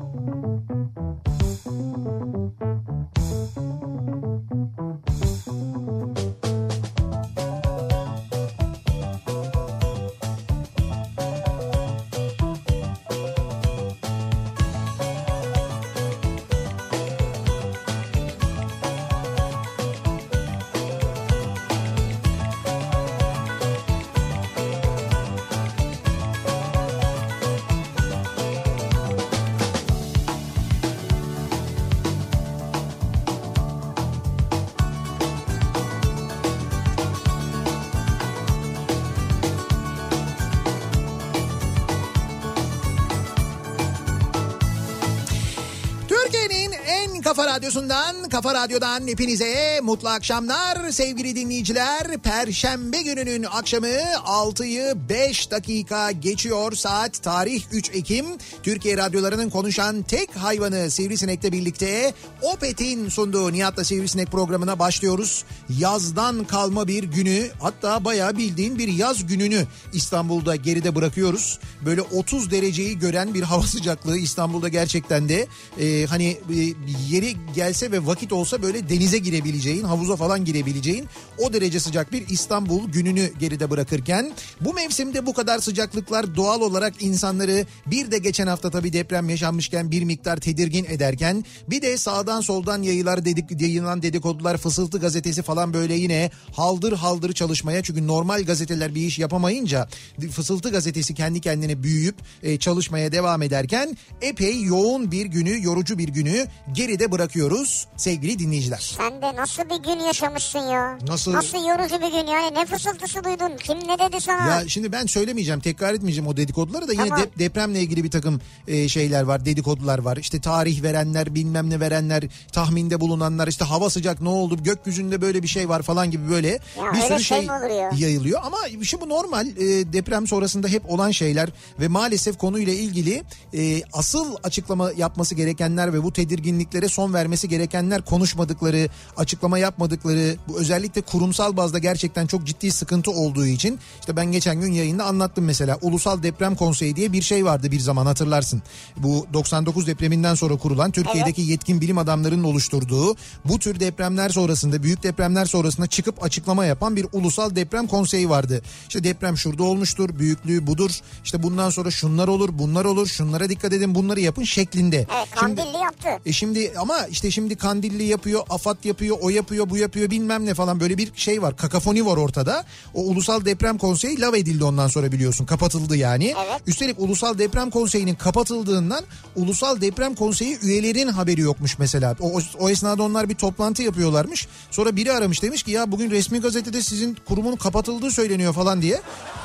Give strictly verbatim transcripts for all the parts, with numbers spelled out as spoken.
Kafa Radyosu'ndan, Kafa Radyo'dan hepinize mutlu akşamlar sevgili dinleyiciler. Perşembe gününün akşamı altıyı beş dakika geçiyor saat, tarih üç Ekim. Türkiye radyolarının konuşan tek hayvanı Sivrisinek'le birlikte Opet'in sunduğu Nihat'la Sivrisinek programına başlıyoruz. Yazdan kalma bir günü, hatta bayağı bildiğin bir yaz gününü İstanbul'da geride bırakıyoruz. Böyle otuz dereceyi gören bir hava sıcaklığı İstanbul'da gerçekten de e, hani e, yeri gelse ve vakit olsa böyle denize girebileceğin, havuza falan girebileceğin o derece sıcak bir İstanbul gününü geride bırakırken, bu mevsimde bu kadar sıcaklıklar doğal olarak insanları, bir de geçen hafta tabii deprem yaşanmışken bir miktar tedirgin ederken, bir de sağdan soldan yayılar dedik, yayınlanan dedikodular, Fısıltı gazetesi falan böyle yine haldır haldır çalışmaya, çünkü normal gazeteler bir iş yapamayınca Fısıltı gazetesi kendi kendine büyüyüp e, çalışmaya devam ederken epey yoğun bir günü, yorucu bir günü geride bırakıyoruz sevgili dinleyiciler. Sen de nasıl bir gün yaşamışsın ya? Nasıl? Nasıl yorucu bir gün yani, ne fısıltısı duydun? Kim ne dedi sana? Ya şimdi ben söylemeyeceğim, tekrar etmeyeceğim o dedikoduları da, yine tamam. de, depremle ilgili bir takım e, şeyler var, dedikodular var. İşte tarih verenler, bilmem ne verenler, tahminde bulunanlar, işte hava sıcak ne oldu, gökyüzünde böyle bir şey var falan gibi böyle ya bir sürü şey, şey yayılıyor. Ama işte bu normal, e, deprem sonrasında hep olan şeyler ve maalesef konuyla ilgili e, asıl açıklama yapması gerekenler ve bu tedirginliklere son vermesi gerekenler konuşmadıkları, açıklama yapmadıkları, bu özellikle kurumsal bazda gerçekten çok ciddi sıkıntı olduğu için, işte ben geçen gün yayında anlattım mesela, Ulusal Deprem Konseyi diye bir şey vardı bir zaman, hatırlarsın. Bu doksan dokuz depreminden sonra kurulan, Türkiye'deki evet. yetkin bilim adamlarının oluşturduğu, bu tür depremler sonrasında, büyük depremler sonrasında çıkıp açıklama yapan bir Ulusal Deprem Konseyi vardı. İşte deprem şurada olmuştur, büyüklüğü budur, işte bundan sonra şunlar olur, bunlar olur, şunlara dikkat edin, bunları yapın şeklinde. Evet, Kandilli şimdi, yaptı. E şimdi ama işte şimdi Kandilli yapıyor, AFAD yapıyor, o yapıyor, bu yapıyor, bilmem ne falan, böyle bir şey var, kakafoni var ortada. O Ulusal Deprem Konseyi lav edildi ondan sonra, biliyorsun, kapatıldı yani. Evet. Üstelik Ulusal Deprem Konseyi'nin kapatıldığından Ulusal Deprem Konseyi üyelerinin haberi yokmuş mesela. O, o esnada onlar bir toplantı yapıyorlarmış. Sonra biri aramış, demiş ki ya bugün resmi gazetede sizin kurumun kapatıldığı söyleniyor falan diye.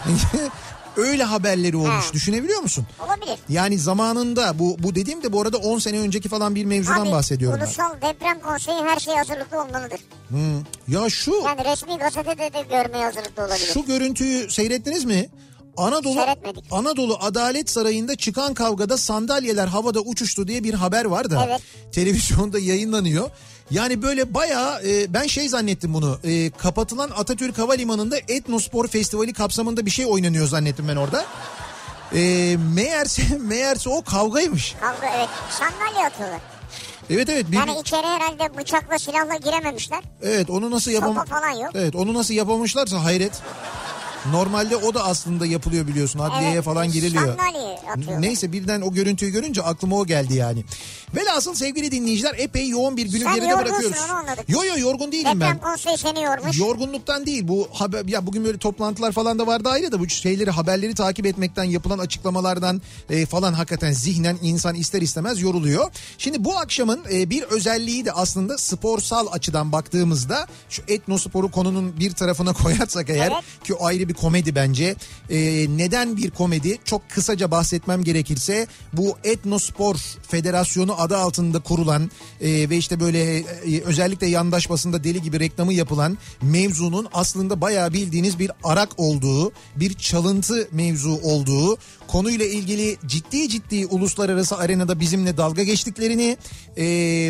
Öyle haberleri olmuş. Ha. Düşünebiliyor musun? Olabilir. Yani zamanında bu bu dediğim de bu arada on sene önceki falan bir mevzudan Abi, bahsediyorum. Ulusal ben. Deprem Konseyi her şeye hazırlıklı olmalıdır. Hmm. Ya şu... Yani resmi gazetede de görmeye hazırlıklı olabilir. Şu görüntüyü seyrettiniz mi? Anadolu Anadolu Adalet Sarayı'nda çıkan kavgada sandalyeler havada uçuştu diye bir haber var da. Evet. Televizyonda yayınlanıyor. Yani böyle bayağı e, ben şey zannettim bunu. E, kapatılan Atatürk Havalimanı'nda Etnospor Festivali kapsamında bir şey oynanıyor zannettim ben orada. E, meğerse meğerse o kavgaymış. Kavga, evet. Sandalye atıyorlar. Evet evet. Bir... Yani içeri herhalde bıçakla, silahla girememişler. Evet, onu nasıl yapam... Sopa falan yok. Evet, onu nasıl yapamışlarsa hayret. Normalde o da aslında yapılıyor, biliyorsun. Adliyeye evet, falan giriliyor. Neyse, birden o görüntüyü görünce aklıma o geldi yani. Velhasıl sevgili dinleyiciler, epey yoğun bir günü sen geride bırakıyoruz. Sen yorgunsun, onu anladık. Yo yo yorgun değilim Deprem ben. Deprem konseyi seni yormuş. Yorgunluktan değil bu haber, ya bugün böyle toplantılar falan da vardı ayrı da, bu şeyleri, haberleri takip etmekten, yapılan açıklamalardan e, falan hakikaten zihnen insan ister istemez yoruluyor. Şimdi bu akşamın e, bir özelliği de aslında sporsal açıdan baktığımızda, şu etnosporu konunun bir tarafına koyarsak eğer, evet. ki o ayrı bir komedi bence. E, neden bir komedi? Çok kısaca bahsetmem gerekirse, bu Etnospor Federasyonu adı altında kurulan e, ve işte böyle e, özellikle yandaş basında deli gibi reklamı yapılan mevzunun aslında bayağı bildiğiniz bir arak olduğu, bir çalıntı mevzu olduğu, konuyla ilgili ciddi ciddi uluslararası arenada bizimle dalga geçtiklerini e,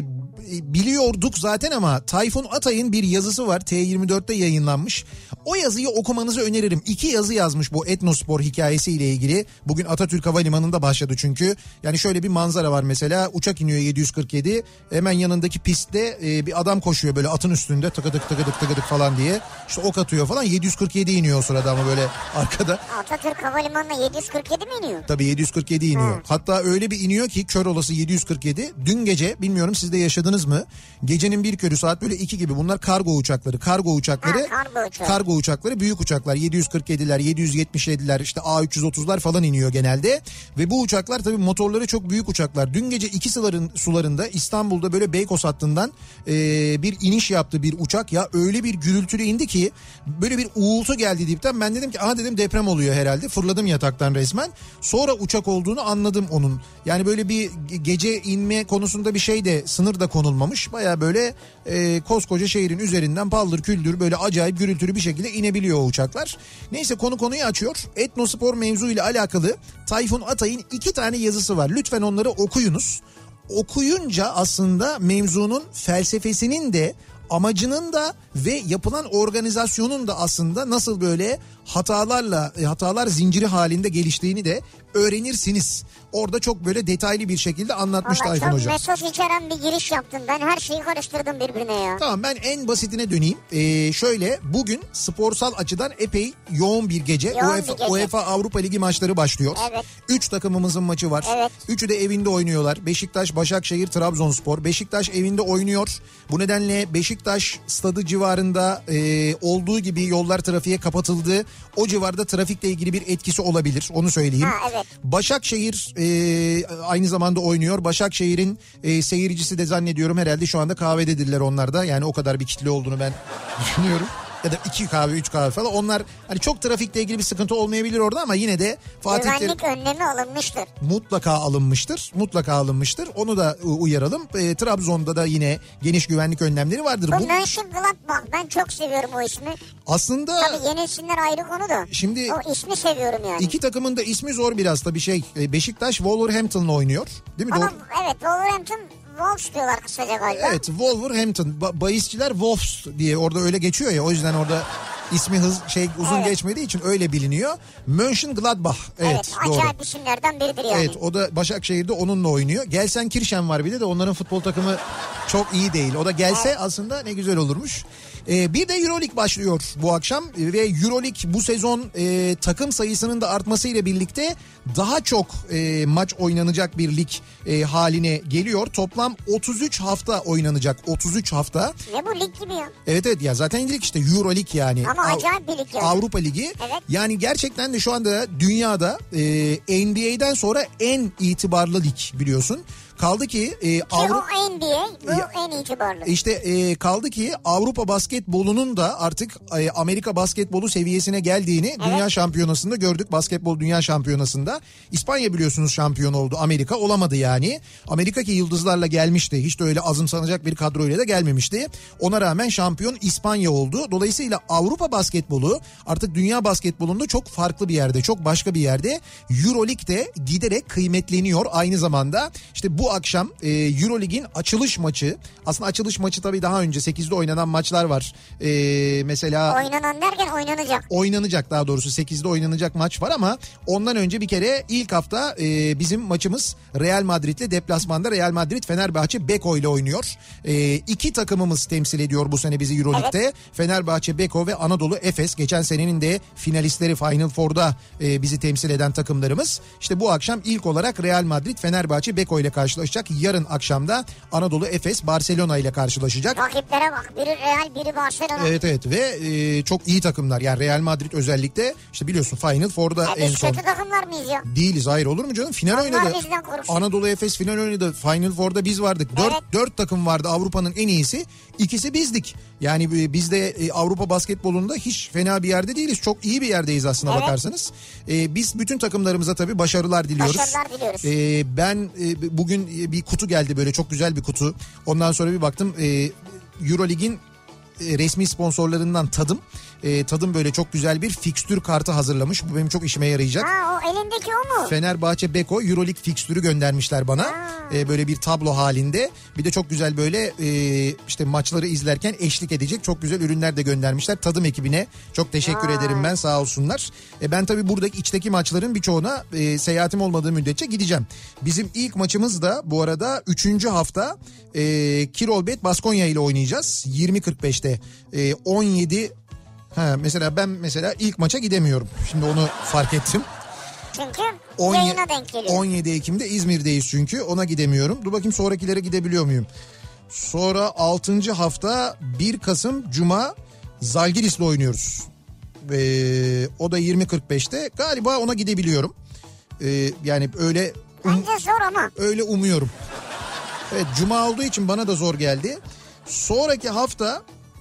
biliyorduk zaten ama Tayfun Atay'ın bir yazısı var, T yirmi dörtte yayınlanmış. O yazıyı okumanızı öneririm. İki yazı yazmış bu etnospor hikayesiyle ilgili. Bugün Atatürk Havalimanı'nda başladı çünkü. Yani şöyle bir manzara var mesela, uçak iniyor yedi yüz kırk yedi, hemen yanındaki pistte e, bir adam koşuyor böyle atın üstünde tıkıdık tıkıdık tıkıdık falan diye. İşte ok atıyor falan, yedi yüz kırk yedi iniyor o sırada ama böyle arkada. Atatürk Havalimanı'na yedi yüz kırk yedi mi iniyor? Tabii yedi yüz kırk yedi iniyor. Hı. Hatta öyle bir iniyor ki kör olası yedi yüz kırk yedi. Dün gece, bilmiyorum siz de yaşadınız mı? Gecenin bir körü saat böyle iki gibi, bunlar kargo uçakları. Kargo uçakları. Ha, kargo uçağı. Kargo uçakları, büyük uçaklar, yedi yüz kırk yediler, yedi yüz yetmiş yediler, işte A üç yüz otuzlar falan iniyor genelde. Ve bu uçaklar tabii motorları çok büyük uçaklar. Dün gece iki suların, sularında İstanbul'da böyle Beykoz hattından e, bir iniş yaptı bir uçak. Ya öyle bir gürültülü indi ki böyle bir uğultu geldi dipten. Ben dedim ki aha dedim deprem oluyor herhalde. Fırladım yataktan resmen. Sonra uçak olduğunu anladım onun. Yani böyle bir gece inme konusunda bir şey de, sınır da konulmamış. Baya böyle e, koskoca şehrin üzerinden paldır küldür böyle acayip gürültülü bir şekilde inebiliyor o uçaklar. Neyse, konu konuyu açıyor. Etnospor mevzuyla alakalı Tayfun Atay'ın iki tane yazısı var. Lütfen onları okuyunuz. Okuyunca aslında mevzunun felsefesinin de, amacının da ve yapılan organizasyonun da aslında nasıl böyle hatalarla, hatalar zinciri halinde geliştiğini de öğrenirsiniz. Orada çok böyle detaylı bir şekilde anlatmış Tayfun Hoca. Çok mesaj içeren bir giriş yaptın. Ben her şeyi karıştırdım birbirine ya. Tamam, ben en basitine döneyim. Ee, şöyle, bugün sporsal açıdan epey yoğun bir gece. Yoğun UEFA, bir gece. UEFA Avrupa Ligi maçları başlıyor. Evet. Üç takımımızın maçı var. Evet. Üçü de evinde oynuyorlar. Beşiktaş, Başakşehir, Trabzonspor. Beşiktaş evinde oynuyor. Bu nedenle Beşiktaş stadı civarında e, olduğu gibi yollar trafiğe kapatıldı. O civarda trafikle ilgili bir etkisi olabilir. Onu söyleyeyim. Ha, evet. Başakşehir e, aynı zamanda oynuyor. Başakşehir'in e, seyircisi de zannediyorum herhalde şu anda kahvededirler onlar da. Yani o kadar bir kitle olduğunu ben düşünüyorum. Ya da iki kahve, üç kahve falan. Onlar hani çok trafikle ilgili bir sıkıntı olmayabilir orada ama yine de Fatih Güvenlik Terim... önlemi alınmıştır. Mutlaka alınmıştır. Mutlaka alınmıştır. Onu da uyaralım. E, Trabzon'da da yine geniş güvenlik önlemleri vardır. Bu, Bu Mönchengladbach, ben çok seviyorum o ismi. Aslında... Tabii yeni isimler ayrı konu da. Şimdi... O ismi seviyorum yani. İki takımın da ismi zor biraz tabii şey. Beşiktaş Wolverhampton'la oynuyor. Değil mi? Ama Doğru. evet, Wolverhampton Wolves diyorlar kısaca galiba. Evet, Wolverhampton. Ba- bahisçiler Wolves diye orada öyle geçiyor ya, o yüzden orada ismi hız şey uzun evet. geçmediği için öyle biliniyor. Mönchengladbach. Evet, evet, acayip doğru. isimlerden biridir yani. Evet, o da Başakşehir'de onunla oynuyor. Gelsenkirchen var bir de de onların futbol takımı çok iyi değil. O da gelse evet. aslında ne güzel olurmuş. Ee, bir de Euroleague başlıyor bu akşam ve Euroleague bu sezon e, takım sayısının da artmasıyla birlikte daha çok e, maç oynanacak bir lig e, haline geliyor. Toplam otuz üç hafta oynanacak. otuz üç hafta. Ne bu lig gibi ya? Evet evet ya, zaten lig işte Euroleague yani. Ama Av- acayip bir lig yani. Avrupa Ligi. Evet. Yani gerçekten de şu anda dünyada e, N B A'den sonra en itibarlı lig biliyorsun. Kaldı ki... E, ki Avru- o N B A bu e, en itibarlı. İşte e, kaldı ki Avrupa basketbolunun da artık e, Amerika basketbolu seviyesine geldiğini evet. Dünya Şampiyonası'nda gördük. Basketbol Dünya Şampiyonası'nda. İspanya biliyorsunuz şampiyon oldu. Amerika olamadı yani. Amerika ki yıldızlarla gelmişti. Hiç de öyle azımsanacak bir kadroyla da gelmemişti. Ona rağmen şampiyon İspanya oldu. Dolayısıyla Avrupa basketbolu artık dünya basketbolunda çok farklı bir yerde. Çok başka bir yerde. Euroleague de giderek kıymetleniyor. Aynı zamanda işte bu akşam e, Euroleague'in açılış maçı. Aslında açılış maçı tabii daha önce sekizde oynanan maçlar var. E, mesela... Oynanan derken oynanacak. Oynanacak daha doğrusu sekizde oynanacak maç var ama ondan önce bir kere ilk hafta e, bizim maçımız Real Madrid'le deplasmanda Real Madrid Fenerbahçe Beko ile oynuyor. E, iki takımımız temsil ediyor bu sene bizi Euroleague'de. Evet. Fenerbahçe Beko ve Anadolu Efes. Geçen senenin de finalistleri Final Four'da e, bizi temsil eden takımlarımız. İşte bu akşam ilk olarak Real Madrid Fenerbahçe Beko ile karşılaşacak. Yarın akşamda Anadolu Efes Barcelona ile karşılaşacak. Rakiplere bak, biri Real biri Barcelona. Evet evet ve e, çok iyi takımlar. Yani Real Madrid özellikle işte biliyorsun Final Four'da e en biz son. kötü takımlar mıyız ya? Değiliz, hayır olur mu canım? Final onlar oynadı. Anadolu Efes final oynadı. Final Four'da biz vardık. Dört, evet. dört takım vardı Avrupa'nın en iyisi. İkisi bizdik. Yani biz de e, Avrupa basketbolunda hiç fena bir yerde değiliz. Çok iyi bir yerdeyiz aslına evet. bakarsanız. E, biz bütün takımlarımıza tabii başarılar diliyoruz. Başarılar diliyoruz. E, ben e, bugün bir kutu geldi, böyle çok güzel bir kutu. Ondan sonra bir baktım e, Euroleague'in e, resmi sponsorlarından Tadım. E, Tadım böyle çok güzel bir fikstür kartı hazırlamış. Bu benim çok işime yarayacak. Ha, o elindeki o mu? Fenerbahçe Beko Euroleague fikstürü göndermişler bana. E, böyle bir tablo halinde. Bir de çok güzel böyle e, işte maçları izlerken eşlik edecek çok güzel ürünler de göndermişler. Tadım ekibine çok teşekkür Aa. ederim ben, sağ olsunlar. E, ben tabii buradaki içteki maçların birçoğuna e, seyahatim olmadığı müddetçe gideceğim. Bizim ilk maçımız da bu arada üçüncü hafta e, Kirolbet Baskonya ile oynayacağız. yirmi kırk beşte e, on yedi ha, mesela ben mesela ilk maça gidemiyorum. Şimdi onu fark ettim. Çünkü yayına denk geliyor. on yedi Ekim'de İzmir'deyiz çünkü, ona gidemiyorum. Dur bakayım sonrakilere gidebiliyor muyum? Sonra altıncı hafta bir Kasım Cuma Zalgiris'le oynuyoruz. Ee, o da yirmi kırk beşte galiba ona gidebiliyorum. Ee, yani öyle um, bence zor ama. Öyle umuyorum. Evet, Cuma olduğu için bana da zor geldi. Sonraki hafta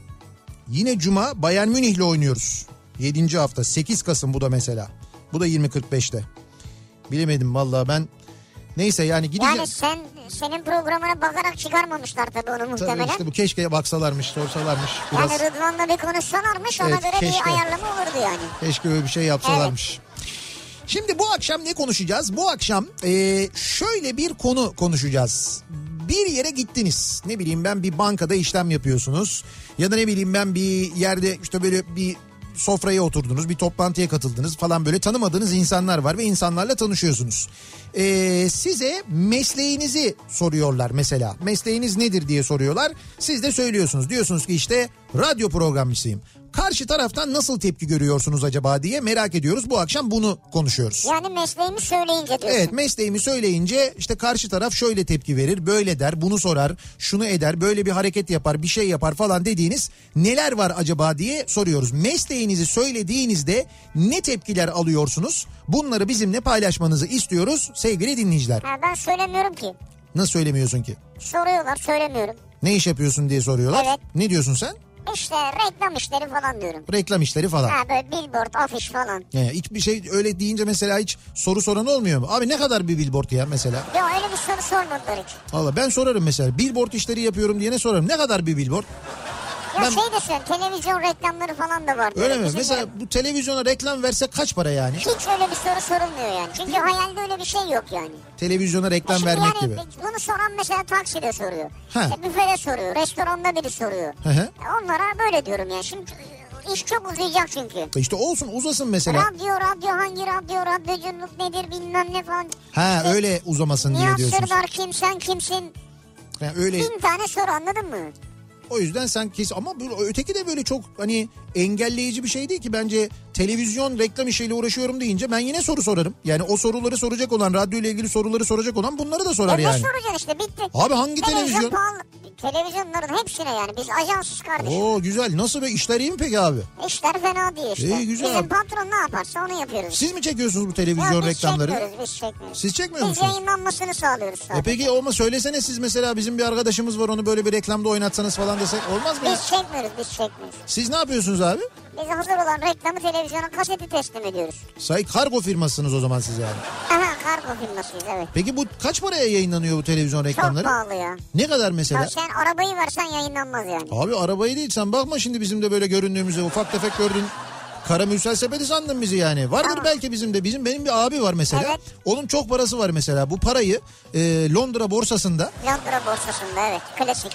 yine Cuma Bayern Münih'le oynuyoruz. yedinci hafta sekiz Kasım bu da mesela. Bu da yirmi kırk beşte. Bilemedim vallahi ben. Neyse yani gideceğim. Yani sen senin programına bakarak çıkarmamışlar tabii onu muhtemelen. Tabii işte bu, keşke baksalarmış, sorsalarmış. Biraz... Yani Rıdvan'la bir konuşsalarmış, ona evet, göre keşke. Bir ayarlama olurdu yani. Keşke öyle bir şey yapsalarmış. Evet. Şimdi bu akşam ne konuşacağız? Bu akşam e, şöyle bir konu konuşacağız. Bir yere gittiniz, ne bileyim ben bir bankada işlem yapıyorsunuz ya da ne bileyim ben bir yerde işte böyle bir sofraya oturdunuz, bir toplantıya katıldınız falan, böyle tanımadığınız insanlar var ve insanlarla tanışıyorsunuz. Ee, size mesleğinizi soruyorlar mesela. Mesleğiniz nedir diye soruyorlar. Siz de söylüyorsunuz. Diyorsunuz ki işte radyo programcısıyım. Karşı taraftan nasıl tepki görüyorsunuz acaba diye merak ediyoruz. Bu akşam bunu konuşuyoruz. Yani mesleğimi söyleyince diyorsun. Evet, mesleğimi söyleyince işte karşı taraf şöyle tepki verir, böyle der, bunu sorar, şunu eder, böyle bir hareket yapar, bir şey yapar falan dediğiniz neler var acaba diye soruyoruz. Mesleğinizi söylediğinizde ne tepkiler alıyorsunuz? Bunları bizimle paylaşmanızı istiyoruz sevgili dinleyiciler. Ha, ben söylemiyorum ki. Nasıl söylemiyorsun ki? Soruyorlar, söylemiyorum. Ne iş yapıyorsun diye soruyorlar. Evet. Ne diyorsun sen? İşte reklam işleri falan diyorum. Reklam işleri falan. Ha, böyle billboard, afiş falan. Yani hiçbir şey öyle deyince mesela hiç soru soran olmuyor mu? Abi ne kadar bir billboard ya mesela? Yok, öyle bir soru sormadılar hiç. Valla ben sorarım mesela. Billboard işleri yapıyorum diye ne sorarım? Ne kadar bir billboard? Ya ben... şey de söyleyeyim, televizyon reklamları falan da var. Öyle mi? Mesela bu televizyona reklam verse kaç para yani? Hiç öyle bir soru sorulmuyor yani. Çünkü hayalde öyle bir şey yok yani. Televizyona reklam Şimdi vermek yani gibi. Bunu soran mesela takside soruyor. Ha. İşte büfede soruyor. Restoranda biri soruyor. Hı hı. Onlara böyle diyorum yani. Şimdi iş çok uzayacak çünkü. İşte olsun, uzasın mesela. Radyo, radyo hangi radyo, radyoculuk nedir bilmem ne falan. Ha işte, öyle uzamasın diye Nihat diyorsunuz. Sırdar kim, sen kimsin? Yani öyle... Bin tane soru, anladın mı? O yüzden sen kes, ama öteki de böyle çok hani engelleyici bir şey değil ki bence. Televizyon reklam işiyle uğraşıyorum deyince ben yine soru sorarım. Yani o soruları soracak olan, radyo ile ilgili soruları soracak olan bunları da sorar e yani. Ne soracaksın işte, bitti. Abi hangi televizyon? Televizyon pahalı. Televizyonların hepsine yani, biz ajansız kardeşim. Oo güzel, nasıl be, işler iyi mi peki abi? İşler fena değil işte. İyi, güzel. Bizim patron ne yaparsa onu yapıyoruz. Siz mi çekiyorsunuz bu televizyon ya biz reklamları? çekmiyoruz, biz çekmiyoruz. Siz çekmiyor biz musunuz? Biz yayınlanmasını sağlıyoruz sadece. E peki olma, söylesene siz mesela, bizim bir arkadaşımız var, onu böyle bir reklamda oynatsanız falan desek olmaz mı? Biz çekmiyoruz, biz çekmiyoruz. Siz ne yapıyorsunuz abi? Biz hazır olan reklamı televizyona, kaseti teslim ediyoruz. Say kargo firmasısınız o zaman siz yani. Aha, kargo firmasıyız evet. Peki bu kaç paraya yayınlanıyor bu televizyon reklamları? Çok pahalı ya. Ne kadar mesela? Ya sen arabayı versen yayınlanmaz yani. Abi arabayı değil, sen bakma şimdi bizim de böyle göründüğümüze, ufak tefek gördün. Kara Mürsel Sepeti sandın bizi yani. Vardır tamam. Belki bizim de. Bizim benim bir abi var mesela. Evet. Onun çok parası var mesela. Bu parayı e, Londra borsasında. Londra borsasında evet. Klasik.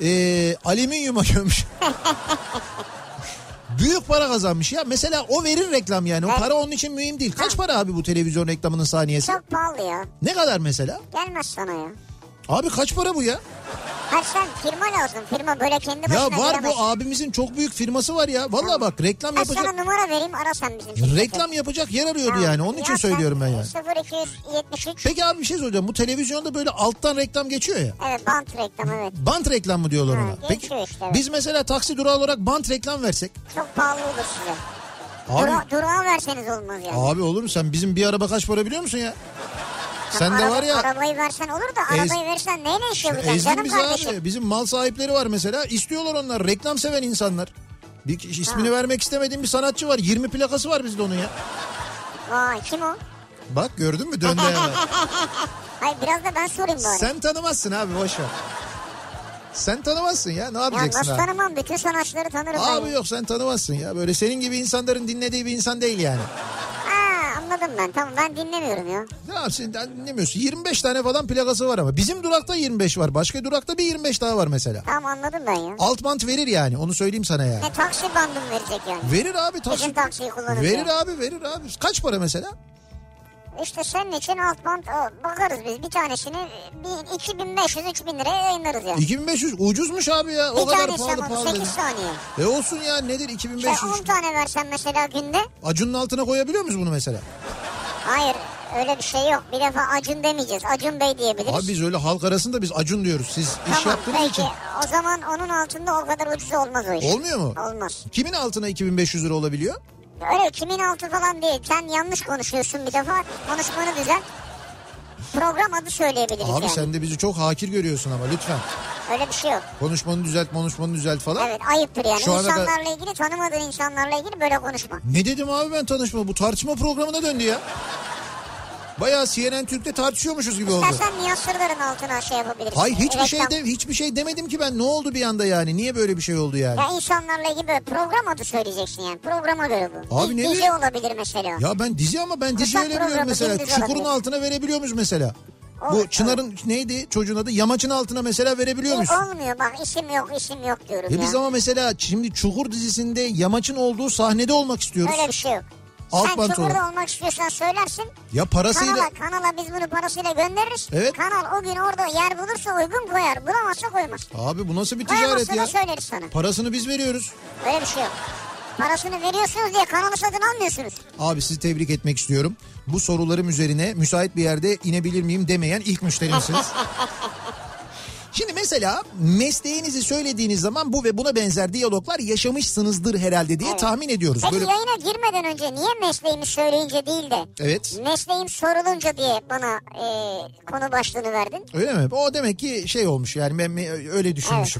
E, alüminyuma gömmüş. Büyük para kazanmış ya. Mesela o verir reklam yani. O evet. Para onun için mühim değil. Kaç ha. para abi bu televizyon reklamının saniyesi? Çok pahalı ya. Ne kadar mesela? Gelmez sana ya. Abi kaç para bu ya? Hayır sen firma lazım. Firma böyle kendi başına ya var giremez. Bu abimizin çok büyük firması var ya. Vallahi bak reklam ben yapacak. Ben sana numara vereyim, ara sen bizim şirketi. Reklam yapacak yer arıyordu ha. Yani. Onun ya için söylüyorum ben yani. sıfır iki yetmiş üç Peki abi bir şey soracağım. Bu televizyonda böyle alttan reklam geçiyor ya. Evet, bant reklam evet. Bant reklam mı diyorlar ha, ona? Peki işte, evet. Biz mesela taksi durağı olarak bant reklam versek? Çok pahalı olur size. Abi, Dura, durağı verseniz olmaz yani. Abi olur mu? Sen bizim bir araba kaç para biliyor musun ya? Sen araba, de var ya. Arabayı versen olur da ez, arabayı versen neyle iş yapacaksın canım kardeşim? Abi, bizim mal sahipleri var mesela. İstiyorlar onlar. Reklam seven insanlar. Bir ismini ha. vermek istemediğim bir sanatçı var. yirmi plakası var bizde onun ya. Vay, kim o? Bak gördün mü, döndü hemen. Hayır biraz da ben sorayım bari. Sen tanımazsın abi, boş ver. Sen tanımazsın ya, ne Ya yapacaksın nasıl abi? tanımam, bütün sanatçıları tanırım ben. Abi yok, sen tanımazsın ya. Böyle senin gibi insanların dinlediği bir insan değil yani. Ha, anladım ben, tamam, ben dinlemiyorum ya. Ne yapsın, dinlemiyorsun. yirmi beş tane falan plakası var ama. Bizim durakta yirmi beş var. Başka durakta bir yirmi beş daha var mesela. Tamam, anladım ben ya. Alt bant verir yani, onu söyleyeyim sana yani. Ne, taksi bandı mı verecek yani? Verir abi taksi. Bizim taksiyi kullanırız Verir ya. abi, verir abi. Kaç para mesela? İşte senin için alt band o, bakarız biz. Bir tanesini bir iki bin beş yüz üç bin liraya yayınlarız yani. iki bin beş yüz ucuzmuş abi ya. O bir kadar tanesi pahalı ama pahalı. sekiz saniye. E olsun ya, nedir iki bin beş yüz? İşte on tane versen mesela günde. Acun'un altına koyabiliyor muyuz bunu mesela? Hayır, öyle bir şey yok. Bir defa Acun demeyeceğiz. Acun Bey diyebiliriz. Abi biz öyle halk arasında biz Acun diyoruz. Siz iş tamam, yaptığınız peki. için. O zaman onun altında o kadar ucuz olmaz o iş. Olmuyor mu? Olmaz. Kimin altına iki bin beş yüz lira olabiliyor? Öyle kimin altı falan değil. Sen yanlış konuşuyorsun bir defa. Konuşmanı düzelt. Program adı söyleyebiliriz Abi yani. sen de bizi çok hakir görüyorsun ama lütfen. Öyle bir şey yok. Konuşmanı düzelt, konuşmanı düzelt falan. Evet, ayıptır yani. Şu ana kadar- İnsanlarla ilgili, tanımadığın insanlarla ilgili böyle konuşma. Ne dedim abi ben tanışma? Bu tartışma programına döndü ya. Bayağı C N N Türk'te tartışıyormuşuz gibi oldu. İstersen Nihat Sırdar'ın altına şey yapabilirsin. Hayır, hiçbir Reklam. şey de hiçbir şey demedim ki ben. Ne oldu bir anda yani? Niye böyle bir şey oldu yani? Ya insanlarla ilgili böyle program adı söyleyeceksin yani. Programa göre bu. Abi Bir ne dizi bileyim. olabilir mesela. Ya ben dizi ama ben dizi Kuşak verebiliyorum programı, mesela. gündüz Çukur'un olabilir. altına verebiliyor muyuz mesela? Bu Olur, Çınar'ın neydi çocuğun adı? Yamaç'ın altına mesela verebiliyor muyuz? Olmuyor bak, isim yok isim yok diyorum Ya ya. biz ama mesela şimdi Çukur dizisinde Yamaç'ın olduğu sahnede olmak istiyoruz. Öyle bir şey yok. Alt Sen bant Çukur'da olarak. olmak istiyorsan söylersin. Ya parasıyla... Kanala, kanala biz bunu parasıyla göndeririz. Evet. Kanal o gün orada yer bulursa uygun koyar. Bulamazsa koymaz. Abi bu nasıl bir ticaret Koyamazsa da ya? söyleriz sana. Parasını biz veriyoruz. Öyle bir şey yok. Parasını veriyorsunuz diye kanalı satın almıyorsunuz. Abi sizi tebrik etmek istiyorum. Bu sorularım üzerine müsait bir yerde inebilir miyim demeyen ilk müşterimsiniz. Şimdi mesela mesleğinizi söylediğiniz zaman bu ve buna benzer diyaloglar yaşamışsınızdır herhalde diye Evet. tahmin ediyoruz. Peki Böyle... yayına girmeden önce niye mesleğimi söyleyince değil de Evet. mesleğim sorulunca diye bana e, konu başlığını verdin? Öyle mi? O demek ki şey olmuş yani ben öyle düşünmüşüm.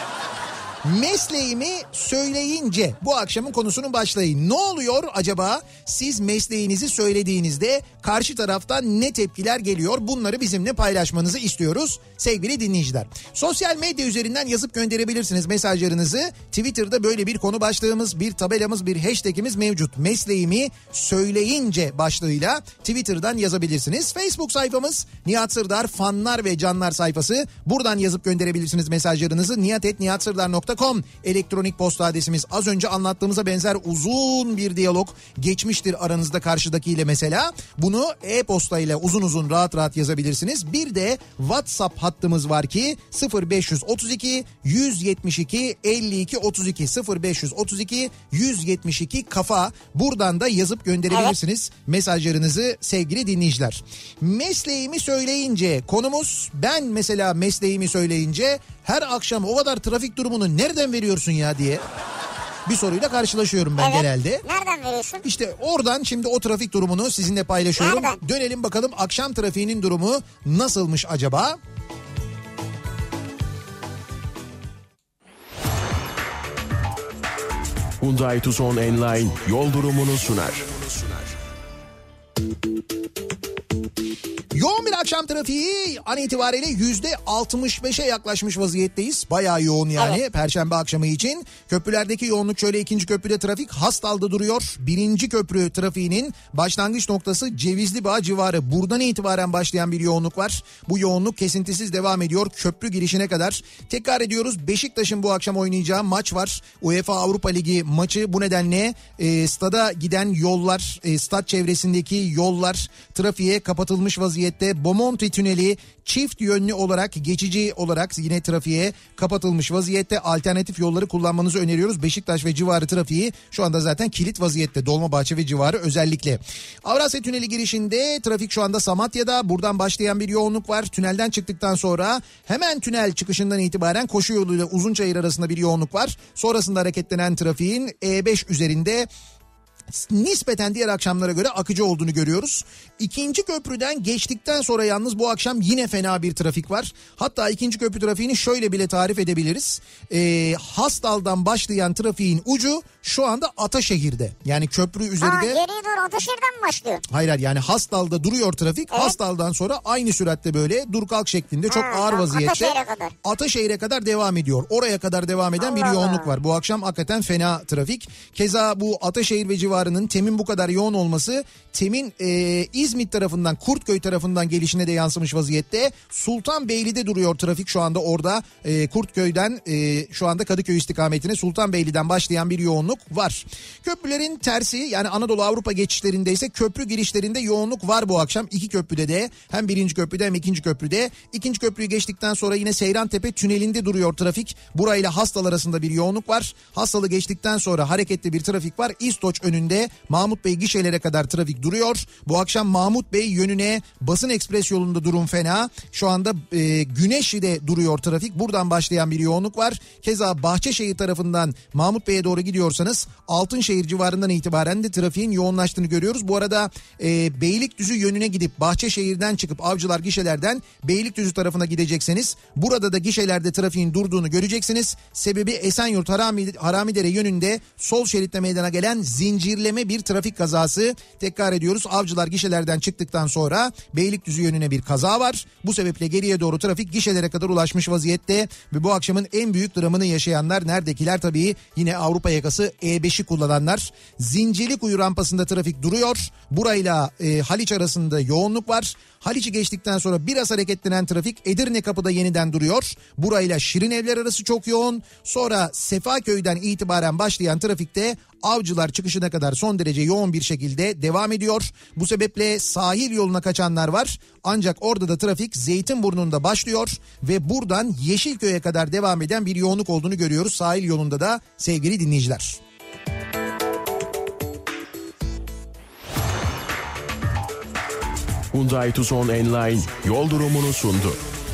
Mesleğimi söyleyince bu akşamın konusunun başlayın. Ne oluyor acaba siz mesleğinizi söylediğinizde karşı taraftan ne tepkiler geliyor? Bunları bizimle paylaşmanızı istiyoruz sevgili dinleyiciler. Sosyal medya üzerinden yazıp gönderebilirsiniz mesajlarınızı. Twitter'da böyle bir konu başlığımız, bir tabelamız, bir hashtagimiz mevcut. Mesleğimi söyleyince başlığıyla Twitter'dan yazabilirsiniz. Facebook sayfamız Nihat Sırdar fanlar ve canlar sayfası. Buradan yazıp gönderebilirsiniz mesajlarınızı. nihat et nihat sırdar nokta com elektronik posta adresimiz. Az önce anlattığımıza benzer uzun bir diyalog geçmiştir aranızda karşıdakiyle mesela. Bunu e-posta ile uzun uzun rahat rahat yazabilirsiniz. Bir de WhatsApp hattımız var ki sıfır beş otuz iki yüz yetmiş iki elli iki otuz iki sıfır beş otuz iki yüz yetmiş iki kafa. Buradan da yazıp gönderebilirsiniz evet. mesajlarınızı sevgili dinleyiciler. Mesleğimi söyleyince konumuz, ben mesela mesleğimi söyleyince her akşam o kadar trafik durumunu nereden veriyorsun ya diye bir soruyla karşılaşıyorum ben evet. genelde. Nereden veriyorsun? İşte oradan şimdi o trafik durumunu sizinle paylaşıyorum. Nereden? Dönelim bakalım akşam trafiğinin durumu nasılmış acaba? Hyundai Tucson Enline yol durumunu sunar. Yoğun bir akşam trafiği an itibariyle yüzde altmış beşe yaklaşmış vaziyetteyiz. Bayağı yoğun yani evet. Perşembe akşamı için. Köprülerdeki yoğunluk şöyle: ikinci köprüde trafik Hastal'da duruyor. Birinci köprü trafiğinin başlangıç noktası Cevizlibağ civarı. Buradan itibaren başlayan bir yoğunluk var. Bu yoğunluk kesintisiz devam ediyor köprü girişine kadar. Tekrar ediyoruz, Beşiktaş'ın bu akşam oynayacağı maç var. UEFA Avrupa Ligi maçı, bu nedenle e, stada giden yollar, e, stat çevresindeki yollar trafiğe kapatılmış vaziyette. Bomonti Tüneli çift yönlü olarak, geçici olarak yine trafiğe kapatılmış vaziyette. Alternatif yolları kullanmanızı öneriyoruz. Beşiktaş ve civarı trafiği şu anda zaten kilit vaziyette. Dolmabahçe ve civarı özellikle. Avrasya Tüneli girişinde trafik şu anda Samatya'da. Buradan başlayan bir yoğunluk var. Tünelden çıktıktan sonra hemen tünel çıkışından itibaren koşu yoluyla Uzunçayır arasında bir yoğunluk var. Sonrasında hareketlenen trafiğin E beş üzerinde nispeten diğer akşamlara göre akıcı olduğunu görüyoruz. İkinci köprüden geçtikten sonra yalnız bu akşam yine fena bir trafik var. Hatta ikinci köprü trafiğini şöyle bile tarif edebiliriz. Ee, Hastal'dan başlayan trafiğin ucu şu anda Ataşehir'de. Yani köprü üzerinde. Aa, geriye doğru Ataşehir'den mi başlıyor? Hayır hayır, yani Hastal'da duruyor trafik. Evet. Hastal'dan sonra aynı süratle böyle dur kalk şeklinde çok ha, ağır vaziyette. Ataşehir'e kadar. Ataşehir'e kadar devam ediyor. Oraya kadar devam eden Allah bir yoğunluk var. Bu akşam hakikaten fena trafik. Keza bu Ataşehir ve civarının TEM'in bu kadar yoğun olması TEM'in e, İzmit tarafından, Kurtköy tarafından gelişine de yansımış vaziyette. Sultanbeyli'de duruyor trafik şu anda orada. E, Kurtköy'den e, şu anda Kadıköy istikametine Sultanbeyli'den başlayan bir yoğunluk var. Köprülerin tersi, yani Anadolu Avrupa geçişlerinde ise köprü girişlerinde yoğunluk var bu akşam. İki köprüde de, hem birinci köprüde hem ikinci köprüde. İkinci köprüyü geçtikten sonra yine Seyrantepe tünelinde duruyor trafik. Burayla Hastal arasında bir yoğunluk var. Hastal'ı geçtikten sonra hareketli bir trafik var. İstoç önünde Mahmut Bey gişelere kadar trafik duruyor. Bu akşam Mahmut Bey yönüne Basın Ekspres yolunda durum fena. Şu anda e, Güneşli'de duruyor trafik. Buradan başlayan bir yoğunluk var. Keza Bahçeşehir tarafından Mahmut Bey'e doğru gidiyorsanız Altınşehir civarından itibaren de trafiğin yoğunlaştığını görüyoruz. Bu arada e, Beylikdüzü yönüne gidip Bahçeşehir'den çıkıp Avcılar gişelerden Beylikdüzü tarafına gidecekseniz burada da gişelerde trafiğin durduğunu göreceksiniz. Sebebi Esenyurt Harami, Haramidere yönünde sol şeritte meydana gelen zincirleme bir trafik kazası. Tekrar ediyoruz, Avcılar gişelerden çıktıktan sonra Beylikdüzü yönüne bir kaza var. Bu sebeple geriye doğru trafik gişelere kadar ulaşmış vaziyette ve bu akşamın en büyük dramını yaşayanlar neredekiler? Tabii yine Avrupa yakası E beşi kullananlar. Zincirlikuyu rampasında trafik duruyor. Burayla e, Haliç arasında yoğunluk var. Haliç'i geçtikten sonra biraz hareketlenen trafik Edirne kapıda yeniden duruyor. Burayla Şirinevler arası çok yoğun. Sonra Sefaköy'den itibaren başlayan trafikte Avcılar çıkışına kadar son derece yoğun bir şekilde devam ediyor. Bu sebeple sahil yoluna kaçanlar var. Ancak orada da trafik Zeytinburnu'nda başlıyor ve buradan Yeşilköy'e kadar devam eden bir yoğunluk olduğunu görüyoruz sahil yolunda da sevgili dinleyiciler. Hyundai Tucson Enline yol durumunu sundu.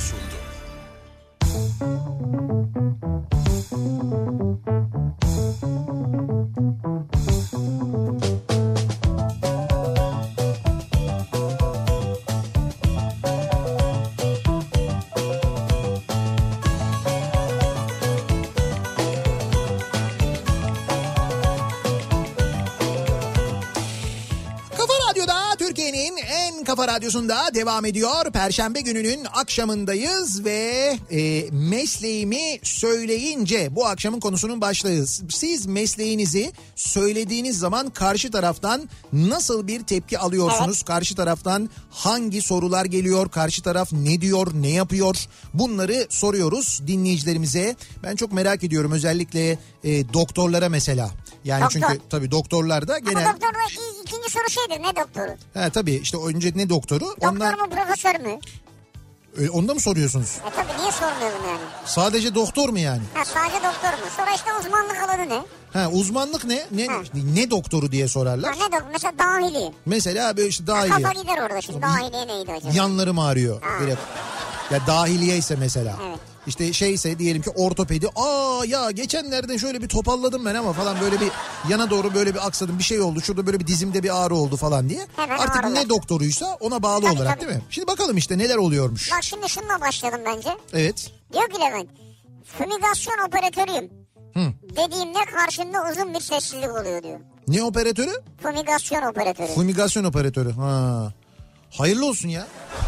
Kafa Radyosu'nda devam ediyor. Perşembe gününün akşamındayız ve e, mesleğimi söyleyince bu akşamın konusunun başlığı. Siz mesleğinizi söylediğiniz zaman karşı taraftan nasıl bir tepki alıyorsunuz? Evet. Karşı taraftan hangi sorular geliyor? Karşı taraf ne diyor, ne yapıyor? Bunları soruyoruz dinleyicilerimize. Ben çok merak ediyorum, özellikle e, doktorlara mesela. Yani Doktor. Çünkü tabii doktorlar da genel... Ama doktorda ikinci soru şeydir, ne doktoru? He tabii, işte önce ne doktoru? Doktor ondan... mu, profesör mü? E, onu da mı soruyorsunuz? E tabii, niye sormuyorum yani? Sadece doktor mu yani? Ha, sadece doktor mu? Sonra işte uzmanlık alanı ne? Ha, uzmanlık ne? Ne, ne doktoru diye sorarlar. Ha, ne doktor? Mesela dahili. Mesela böyle işte dahiliye. Kafa gider orada şimdi, dahiliye neydi acaba? Yanlarım ağrıyor. Böyle, ya dahiliye ise mesela. Evet. İşte şeyse diyelim ki ortopedi. Aa ya geçenlerde şöyle bir topalladım ben ama falan, böyle bir yana doğru böyle bir aksadım, bir şey oldu. Şurada böyle bir dizimde bir ağrı oldu falan diye. Hemen artık ağrılar. Ne doktoruysa ona bağlı tabii, olarak tabii. değil mi? Şimdi bakalım işte neler oluyormuş. Bak şimdi şununla başlayalım bence. Evet. Diyor ki Levent, fümigasyon operatörüyüm. Hı. Dediğimde karşımda uzun bir sessizlik oluyor diyor. Ne operatörü? Fümigasyon operatörü. Fümigasyon operatörü. Ha. Hayırlı olsun ya.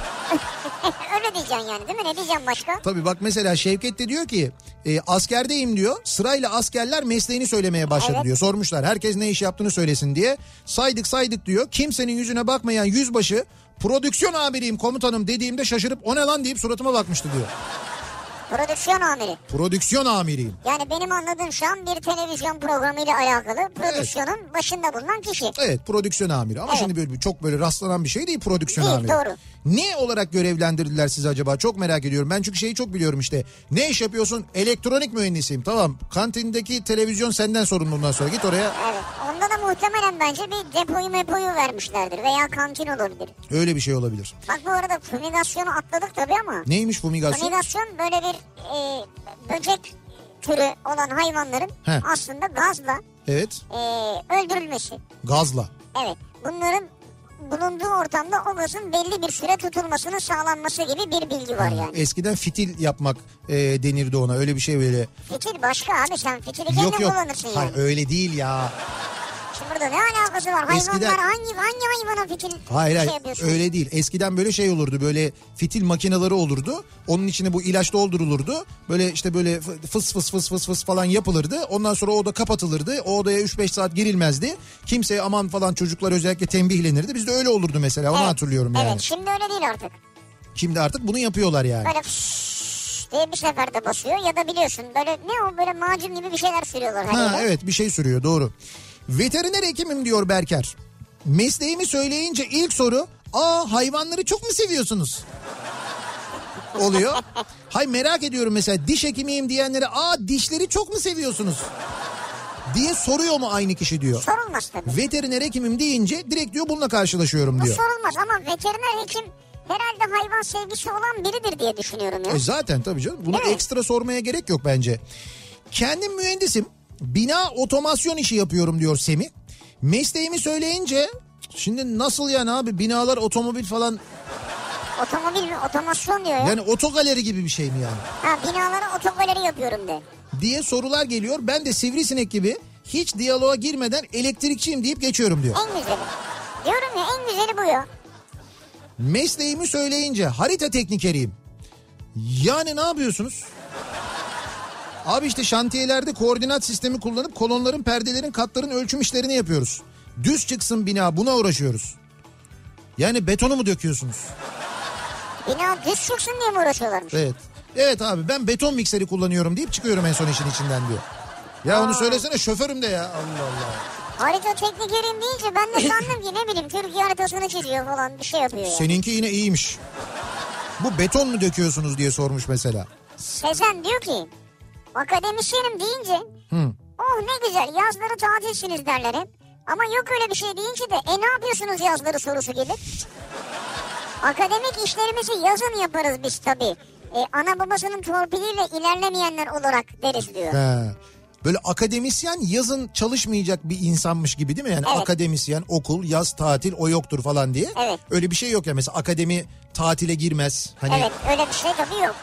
Öyle diyeceksin yani, değil mi? Ne diyeceğim başka? Tabii bak mesela Şevket de diyor ki e, askerdeyim diyor. Sırayla askerler mesleğini söylemeye başladı evet. diyor. Sormuşlar herkes ne iş yaptığını söylesin diye. Saydık saydık diyor. Kimsenin yüzüne bakmayan yüzbaşı prodüksiyon amiriyim komutanım dediğimde şaşırıp o ne lan deyip suratıma bakmıştı diyor. Prodüksiyon amiri. Prodüksiyon amiriyim. Yani benim anladığım şu an bir televizyon programıyla alakalı prodüksiyonun evet. başında bulunan kişi. Evet, prodüksiyon amiri ama evet. şimdi böyle çok böyle rastlanan bir şey değil prodüksiyon değil, amiri. Doğru. Ne olarak görevlendirdiler sizi acaba? Çok merak ediyorum. Ben çünkü şeyi çok biliyorum işte. Ne iş yapıyorsun? Elektronik mühendisiyim. Tamam. Kantindeki televizyon senden sorumlu bundan sonra. Git oraya. Evet. Onda da muhtemelen bence bir depoyu mepoyu vermişlerdir. Veya kantin olabilir. Öyle bir şey olabilir. Bak bu arada fümigasyonu atladık tabii ama. Neymiş fümigasyon? Fümigasyon böyle bir e, böcek türü olan hayvanların Heh. aslında gazla Evet. Ee, öldürülmesi. Gazla. Evet. Bunların bulunduğu ortamda o gazın belli bir süre tutulmasının sağlanması gibi bir bilgi var yani. Eskiden fitil yapmak e, denirdi ona, öyle bir şey böyle. Fitil başka abi, sen fitili kendin Yok yok. kullanırsın yani. Hayır öyle değil ya. Şimdi burada ne alakası var? Hayvanlar Eskiden... hangi hangi hayvana fitil hayır, şey hayır, yapıyorsun? öyle değil. Eskiden böyle şey olurdu, böyle fitil makineleri olurdu. Onun içine bu ilaç doldurulurdu. Böyle işte böyle fıs fıs fıs fıs fıs falan yapılırdı. Ondan sonra o oda kapatılırdı. O odaya üç beş saat girilmezdi. Kimseye aman falan, çocuklar özellikle tembihlenirdi. Bizde öyle olurdu mesela, onu evet, hatırlıyorum yani. Evet, şimdi öyle değil artık. Şimdi artık bunu yapıyorlar yani. Böyle fışşş diye bir seferde basıyor ya da biliyorsun böyle ne o böyle macun gibi bir şeyler sürüyorlar. Ha her evet, bir şey sürüyor, doğru. Veteriner hekimim diyor Berker. Mesleğimi söyleyince ilk soru, aa hayvanları çok mu seviyorsunuz? Oluyor. Hay merak ediyorum mesela, diş hekimiyim diyenlere, aa dişleri çok mu seviyorsunuz diye soruyor mu aynı kişi diyor. Sorulmaz tabii. Veteriner hekimim deyince direkt diyor bununla karşılaşıyorum Bu diyor. sorulmaz ama veteriner hekim herhalde hayvan sevgisi olan biridir diye düşünüyorum ya. E zaten tabii canım, bunu evet. ekstra sormaya gerek yok bence. Kendim mühendisim, bina otomasyon işi yapıyorum diyor Semih. Mesleğimi söyleyince, şimdi nasıl yani abi, binalar otomobil falan... Otomobil mi? Otomasyon diyor ya. Yani otogaleri gibi bir şey mi yani? Ha, binalara otogaleri yapıyorum de. Diye sorular geliyor. Ben de sivrisinek gibi hiç diyaloğa girmeden elektrikçiyim deyip geçiyorum diyor. En güzeli. Diyorum ya, en güzeli bu ya. Mesleğimi söyleyince harita teknikeriyim. Yani ne yapıyorsunuz? Abi işte şantiyelerde koordinat sistemi kullanıp kolonların, perdelerin, katların ölçüm işlerini yapıyoruz. Düz çıksın bina, buna uğraşıyoruz. Yani betonu mu döküyorsunuz? Bina düz çıksın diye mi uğraşıyorlarmış? Evet. Evet abi, ben beton mikseri kullanıyorum deyip çıkıyorum en son işin içinden diyor. Ya Aa. onu söylesene, şoförüm de ya, Allah Allah. Harita teknikerim deyince ben de sandım ki ne bileyim Türkiye haritasını çiziyor falan, bir şey yapıyor ya. Seninki yine iyiymiş. Bu beton mu döküyorsunuz diye sormuş mesela. Sezen diyor ki akademisyenim deyince Hı. oh ne güzel yazları tatilsiniz derler hep. Ama yok öyle bir şey deyince de e ne yapıyorsunuz yazları sorusu gelir. Akademik işlerimizi yazın yaparız biz tabii. E, ana babasının torpiliyle ilerlemeyenler olarak deriz diyor. He. Böyle akademisyen yazın çalışmayacak bir insanmış gibi değil mi? Yani evet. Akademisyen, okul, yaz, tatil, o yoktur falan diye. Evet. Öyle bir şey yok ya, mesela akademi tatile girmez. Hani... Evet, öyle bir şey tabii yok.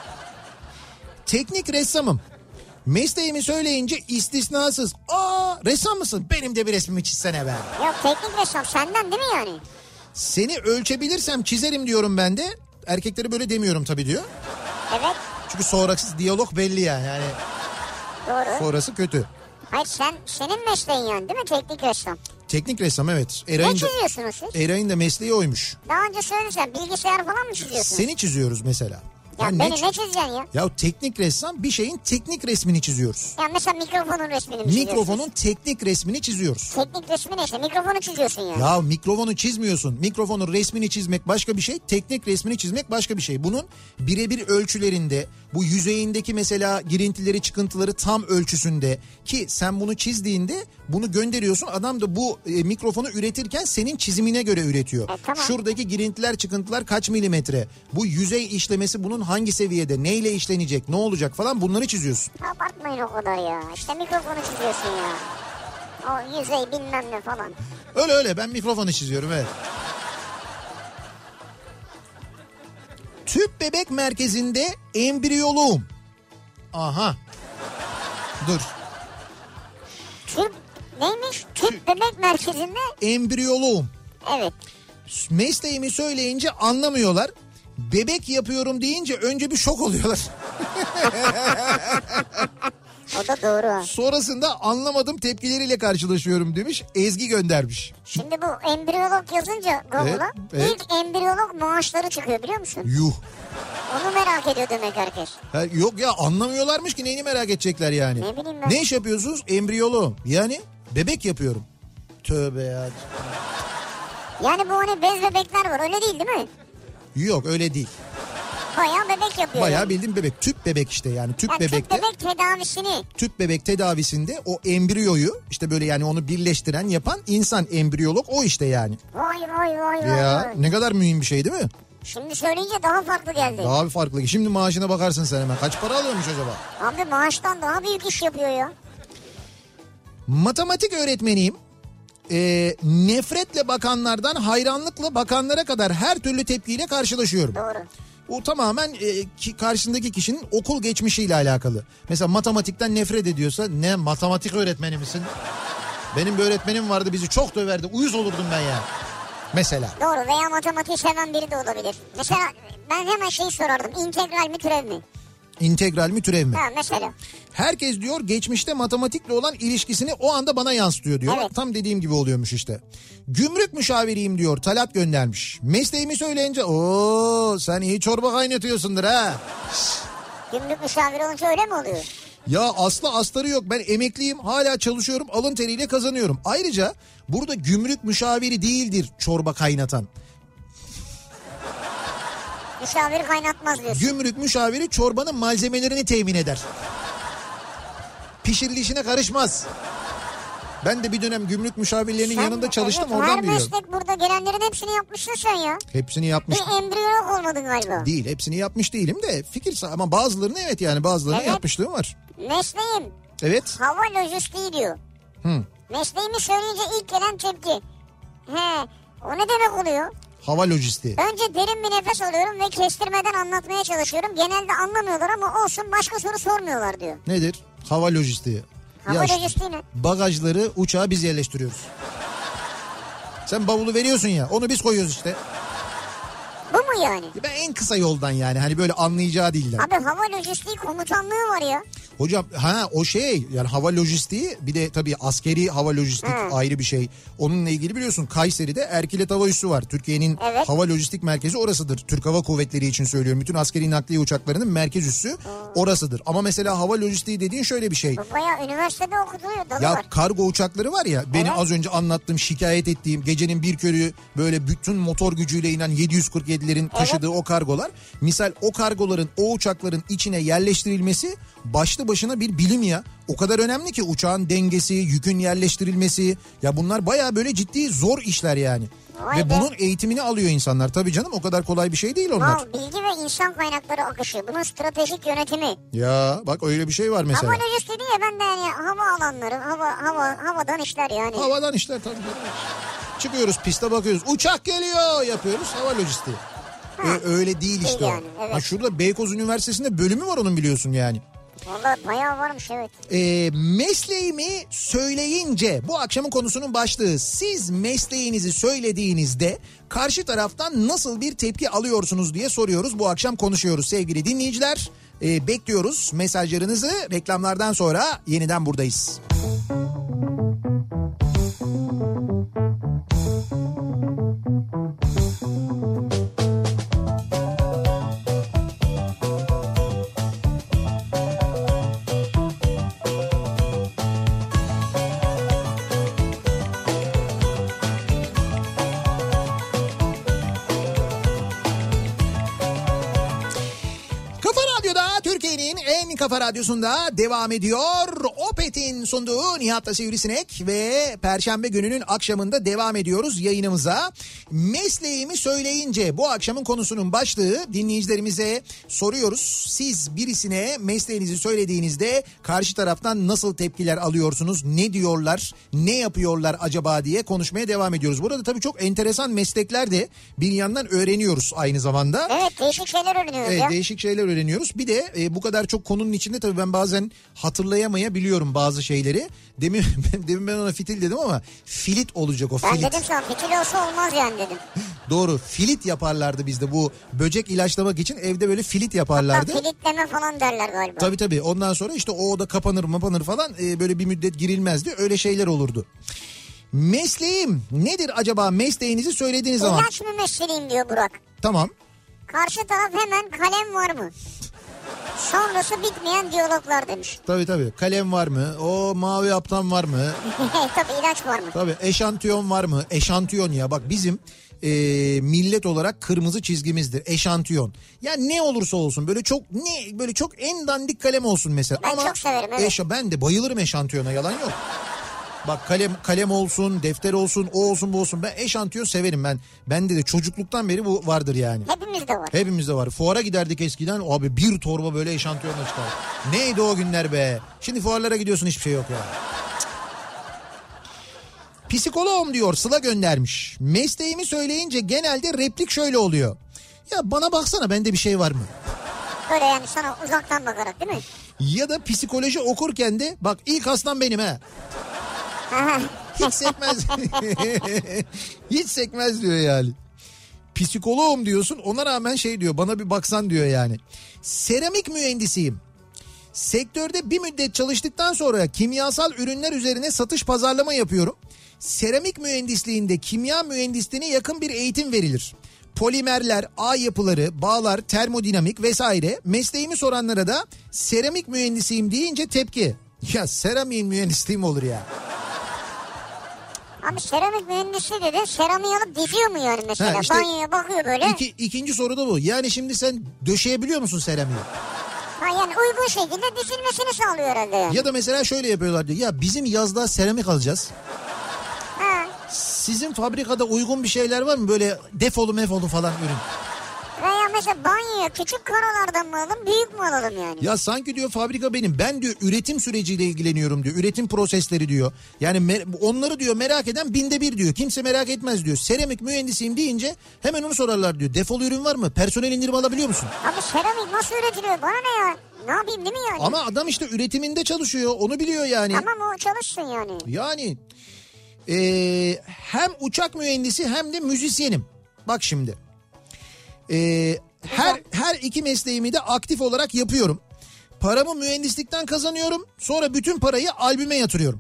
Teknik ressamım. Mesleğimi söyleyince istisnasız. Aa, ressam mısın? Benim de bir resmimi çizsene be. Yok, teknik ressam senden değil mi yani? Seni ölçebilirsem çizerim diyorum ben de. Erkekleri böyle demiyorum tabii diyor. Evet. Çünkü sonrası diyalog belli yani. yani Doğru. Sonrası kötü. Hayır, sen senin mesleğin yani değil mi, teknik ressam? Teknik ressam, evet. Eray'ın ne çiziyorsunuz siz? Eray'ın da mesleği oymuş. Daha önce söyledin, bilgisayar falan mı çiziyorsunuz? Seni çiziyoruz mesela. Ya, ya beni ne, ne çizeceksin ya? Ya teknik ressam, bir şeyin teknik resmini çiziyoruz. Ya mesela mikrofonun resmini mi çiziyorsun? Mikrofonun teknik resmini çiziyoruz. Teknik resmi neyse, mikrofonu çiziyorsun yani. Ya mikrofonu çizmiyorsun. Mikrofonun resmini çizmek başka bir şey. Teknik resmini çizmek başka bir şey. Bunun birebir ölçülerinde, bu yüzeyindeki mesela girintileri, çıkıntıları tam ölçüsünde, ki sen bunu çizdiğinde bunu gönderiyorsun. Adam da bu e, mikrofonu üretirken senin çizimine göre üretiyor. E, tamam. Şuradaki girintiler, çıkıntılar kaç milimetre? Bu yüzey işlemesi bunun hangi seviyede? Neyle işlenecek? Ne olacak falan, bunları çiziyorsun. Abartmayın o kadar ya. İşte mikrofonu çiziyorsun ya. O yüzey bilmem ne falan. Öyle öyle, ben mikrofonu çiziyorum, evet. Tüp bebek merkezinde embriyoloğum. Aha. Dur. Tüp neymiş? Tüp, Tüp bebek merkezinde? Embriyoloğum. Evet. Mesleğimi söyleyince anlamıyorlar. Bebek yapıyorum deyince önce bir şok oluyorlar. O da doğru. Sonrasında anlamadım tepkileriyle karşılaşıyorum demiş. Ezgi göndermiş. Şimdi bu embriyolog yazınca Google'a evet, evet. ilk embriyolog maaşları çıkıyor, biliyor musun? Yuh. Onu merak ediyor demek herkes. Ha, yok ya, anlamıyorlarmış ki, neyini merak edecekler yani. Ne bileyim ben. Ne iş yapıyorsunuz? Embriyoloğum. Yani bebek yapıyorum. Tövbe ya. Yani bu hani bez bebekler var, öyle değil değil mi? Yok, öyle değil. Bayağı bebek yapıyor. Bayağı yani. bildiğin bebek. Tüp bebek işte yani. Tüp yani bebekte. Tüp bebek tedavisini. Tüp bebek tedavisinde o embriyoyu işte böyle yani onu birleştiren, yapan insan embriyolog, o işte yani. Vay vay vay vay. Ya vay. ne kadar mühim bir şey değil mi? Şimdi söyleyince daha farklı geldi. Daha bir farklı. Şimdi maaşına bakarsın sen hemen. Kaç para alıyormuş acaba? Abi maaştan daha büyük iş yapıyor ya. Matematik öğretmeniyim. Ee, nefretle bakanlardan hayranlıkla bakanlara kadar her türlü tepkiyle karşılaşıyorum. Doğru. O tamamen e, ki, karşısındaki kişinin okul geçmişiyle alakalı. Mesela matematikten nefret ediyorsa, ne matematik öğretmeni misin? Benim bir öğretmenim vardı, bizi çok döverdi. Uyuz olurdum ben ya. Mesela. Doğru, veya matematiği seven biri de olabilir. Mesela ben hemen şeyi sorardım. İntegral mi, türev mi? İntegral mi, türev mi? Ha, mesela. Herkes diyor geçmişte matematikle olan ilişkisini o anda bana yansıtıyor diyor. Evet. Tam dediğim gibi oluyormuş işte. Gümrük müşaviriyim diyor, Talat göndermiş. Mesleğimi söyleyince ooo sen iyi çorba kaynatıyorsundur ha. Gümrük müşaviri olunca öyle mi oluyor? Ya aslı astarı yok, ben emekliyim, hala çalışıyorum, alın teriyle kazanıyorum. Ayrıca burada gümrük müşaviri değildir çorba kaynatan. Müşavir kaynatmaz diyorsun. Gümrük müşaviri çorbanın malzemelerini temin eder. Pişirilişine karışmaz. Ben de bir dönem gümrük müşavirlerinin Sen, yanında çalıştım, evet, oradan her biliyorum. meslek burada gelenlerin hepsini yapmışsın sen ya. Hepsini yapmış. Bir embriyolog olmadın galiba. Değil, hepsini yapmış değilim de fikir, ama bazılarını evet, yani bazılarını Evet. yapmışlığım var. Mesleğim Evet. hava lojistiği diyor. Hı. Mesleğimi söyleyince ilk gelen tepki. He, o ne demek oluyor? Hava lojistiği. Önce derin bir nefes alıyorum ve kestirmeden anlatmaya çalışıyorum. Genelde anlamıyorlar ama olsun, başka soru sormuyorlar diyor. Nedir? Hava lojistiği. Hava Ya işte, lojistiği ne? bagajları uçağa biz yerleştiriyoruz. Sen bavulu veriyorsun ya, onu biz koyuyoruz işte. Bu mu yani? Ben en kısa yoldan, yani hani böyle anlayacağı dilden. Abi hava lojistiği komutanlığı var ya. Hocam ha o şey, yani hava lojistiği, bir de tabii askeri hava lojistik Hı. ayrı bir şey. Onunla ilgili biliyorsun Kayseri'de Erkilet Hava Üssü var. Türkiye'nin Evet. hava lojistik merkezi orasıdır. Türk Hava Kuvvetleri için söylüyorum. Bütün askeri nakliye uçaklarının merkez üssü orasıdır. Ama mesela hava lojistiği dediğin şöyle bir şey. Bu bayağı üniversitede okutuluyor, dalı Ya var. kargo uçakları var ya, benim Evet. az önce anlattığım, şikayet ettiğim, gecenin bir körü böyle bütün motor gücüyle inen yedi yüz kırk yedilerin taşıdığı o kargolar. Misal o kargoların, o uçakların içine yerleştirilmesi başlı başına bir bilim ya. O kadar önemli ki uçağın dengesi, yükün yerleştirilmesi. Ya bunlar bayağı böyle ciddi zor işler yani. Vay Ve be. bunun eğitimini alıyor insanlar. Tabii canım, o kadar kolay bir şey değil onlar. Mal, bilgi ve insan kaynakları akışı. Bunun stratejik yönetimi. Ya bak öyle bir şey var mesela. Hava lojistiği diye ben de yani hava alanları, hava hava havadan işler yani. Havadan işler tabii. Çıkıyoruz piste, bakıyoruz. Uçak geliyor yapıyoruz, hava lojistiği. Ö- öyle değil işte Değil o. yani, evet. Ha, şurada Beykoz Üniversitesi'nde bölümü var onun, biliyorsun yani. Valla bayağı varmış, evet. Ee, mesleğimi söyleyince, bu akşamın konusunun başlığı. Siz mesleğinizi söylediğinizde karşı taraftan nasıl bir tepki alıyorsunuz diye soruyoruz. Bu akşam konuşuyoruz sevgili dinleyiciler. Ee, bekliyoruz mesajlarınızı. Reklamlardan sonra yeniden buradayız. Kafa Radyosu'nda devam ediyor. Opet'in sunduğu Nihat'la Sivrisinek ve Perşembe gününün akşamında devam ediyoruz yayınımıza. Mesleğimi söyleyince bu akşamın konusunun başlığı. Dinleyicilerimize soruyoruz. Siz birisine mesleğinizi söylediğinizde karşı taraftan nasıl tepkiler alıyorsunuz? Ne diyorlar? Ne yapıyorlar acaba diye konuşmaya devam ediyoruz. Burada tabii çok enteresan meslekler de bir yandan öğreniyoruz aynı zamanda. Evet, değişik şeyler öğreniyoruz Evet, ya. değişik şeyler öğreniyoruz. Bir de e, bu kadar çok konunun içinde tabii ben bazen hatırlayamayabiliyorum bazı şeyleri. Demin, demin ben ona fitil dedim ama filit olacak o, Ben filit. dedim sana fitil olsa olmaz yani dedim. Doğru, filit yaparlardı bizde, bu böcek ilaçlamak için evde böyle filit yaparlardı. Hatta filitleme falan derler galiba. Tabii tabii, ondan sonra işte o oda kapanır mapanır falan, e, böyle bir müddet girilmezdi, öyle şeyler olurdu. Mesleğim nedir acaba, mesleğinizi söylediğiniz zaman? İlaç mı mesleğim diyor Burak. Tamam. Karşı taraf hemen kalem var mı? Sonrası bitmeyen diyaloglar demiş. Tabii tabii, kalem var mı? O mavi haptan var mı? Tabii ilaç var mı? Tabii, eşantiyon var mı? Eşantiyon ya, bak bizim e, millet olarak kırmızı çizgimizdir eşantiyon. Ya ne olursa olsun, böyle çok ne böyle çok en dandik kalem olsun mesela. Ben Ama çok severim, evet. eşa, ben de bayılırım eşantiyona, yalan yok. Bak kalem kalem olsun, defter olsun, o olsun bu olsun, ben eşantiyon severim ben. Bende de çocukluktan beri bu vardır yani. Hepimizde var. Hepimizde var. Fuara giderdik eskiden, abi bir torba böyle eşantiyonla çıkar. Neydi o günler be. Şimdi fuarlara gidiyorsun, hiçbir şey yok ya. Psikoloğum diyor, Sıla göndermiş. Mesleğimi söyleyince genelde replik şöyle oluyor. Ya bana baksana, bende bir şey var mı? Böyle yani sana uzaktan bakarak değil mi? Ya da psikoloji okurken de bak ilk hastam benim ha. Hiç sekmez. Hiç sekmez diyor yani. Psikoloğum diyorsun, ona rağmen şey diyor, bana bir baksan diyor yani. Seramik mühendisiyim. Sektörde bir müddet çalıştıktan sonra kimyasal ürünler üzerine satış pazarlama yapıyorum. Seramik mühendisliğinde kimya mühendisliğine yakın bir eğitim verilir. Polimerler, ağ yapıları, bağlar, termodinamik vesaire. Mesleğimi soranlara da seramik mühendisiyim deyince tepki. Ya seramiğin mühendisliği mi olur ya? Abi seramik mühendisi dedi, seramiği alıp diziyor mu yani mesela? Ha, işte banyoya bakıyor böyle. Iki, ikinci soru da bu. Yani şimdi sen döşeyebiliyor musun seramiği? Ha yani uygun şekilde dizilmesini sağlıyor herhalde yani. Ya da mesela şöyle yapıyorlar diyor. Ya bizim yazlığa seramik alacağız. Ha. Sizin fabrikada uygun bir şeyler var mı? Böyle defolu mefolu falan ürün. Veya mesela banyoya küçük karalardan mı alalım, büyük mü alalım yani? Ya sanki diyor fabrika benim. Ben diyor üretim süreciyle ilgileniyorum diyor. Üretim prosesleri diyor. Yani me- onları diyor merak eden binde bir diyor. Kimse merak etmez diyor. Seramik mühendisiyim deyince hemen onu sorarlar diyor. Defolu ürün var mı? Personel indirimi alabiliyor musun? Abi seramik nasıl üretiliyor? Bana ne ya? Ne yapayım değil mi yani? Ama adam işte üretiminde çalışıyor. Onu biliyor yani. Tamam, o çalışsın yani. Yani ee, hem uçak mühendisi hem de müzisyenim. Bak şimdi. Ee, her her iki mesleğimi de aktif olarak yapıyorum. Paramı mühendislikten kazanıyorum. Sonra bütün parayı albüme yatırıyorum.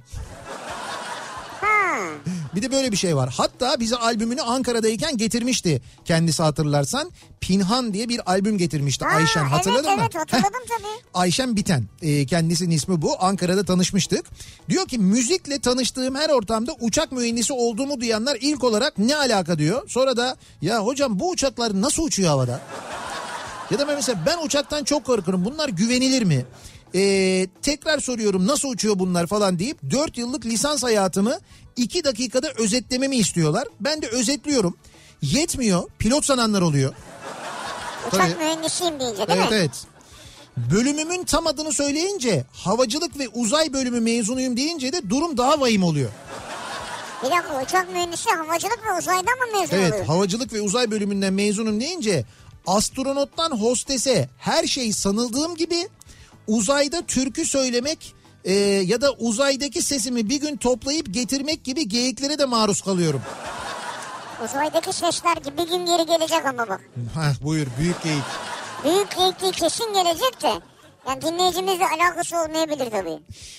Ha. Bir de böyle bir şey var. Hatta bize albümünü Ankara'dayken getirmişti. Kendisi hatırlarsan. Pinhan diye bir albüm getirmişti ha, Ayşen. Hatırladın evet, mı? Evet hatırladım tabii. Ayşen Biten. Ee, kendisinin ismi bu. Ankara'da tanışmıştık. Diyor ki müzikle tanıştığım her ortamda uçak mühendisi olduğumu duyanlar ilk olarak ne alaka diyor. Sonra da ya hocam bu uçaklar nasıl uçuyor havada? Ya da mesela ben uçaktan çok korkarım. Bunlar güvenilir mi? Ee, tekrar soruyorum nasıl uçuyor bunlar falan deyip dört yıllık lisans hayatımı iki dakikada özetlememi istiyorlar. Ben de özetliyorum. Yetmiyor. Pilot sananlar oluyor. Uçak Tabii. mühendisiyim deyince değil evet, mi? Evet evet. Bölümümün tam adını söyleyince havacılık ve uzay bölümü mezunuyum deyince de durum daha vahim oluyor. Bir dakika, uçak mühendisi havacılık ve uzaydan mı mezun evet, oluyor? Evet, havacılık ve uzay bölümünden mezunum deyince astronottan hostese her şey sanıldığım gibi uzayda türkü söylemek e, ya da uzaydaki sesimi bir gün toplayıp getirmek gibi geyiklere de maruz kalıyorum. Uzaydaki sesler gibi bir gün geri gelecek ama bak. Heh, buyur büyük geyik. Büyük geyik değil, kesin gelecek de. Yani dinleyicimizle alakası olmayabilir tabii.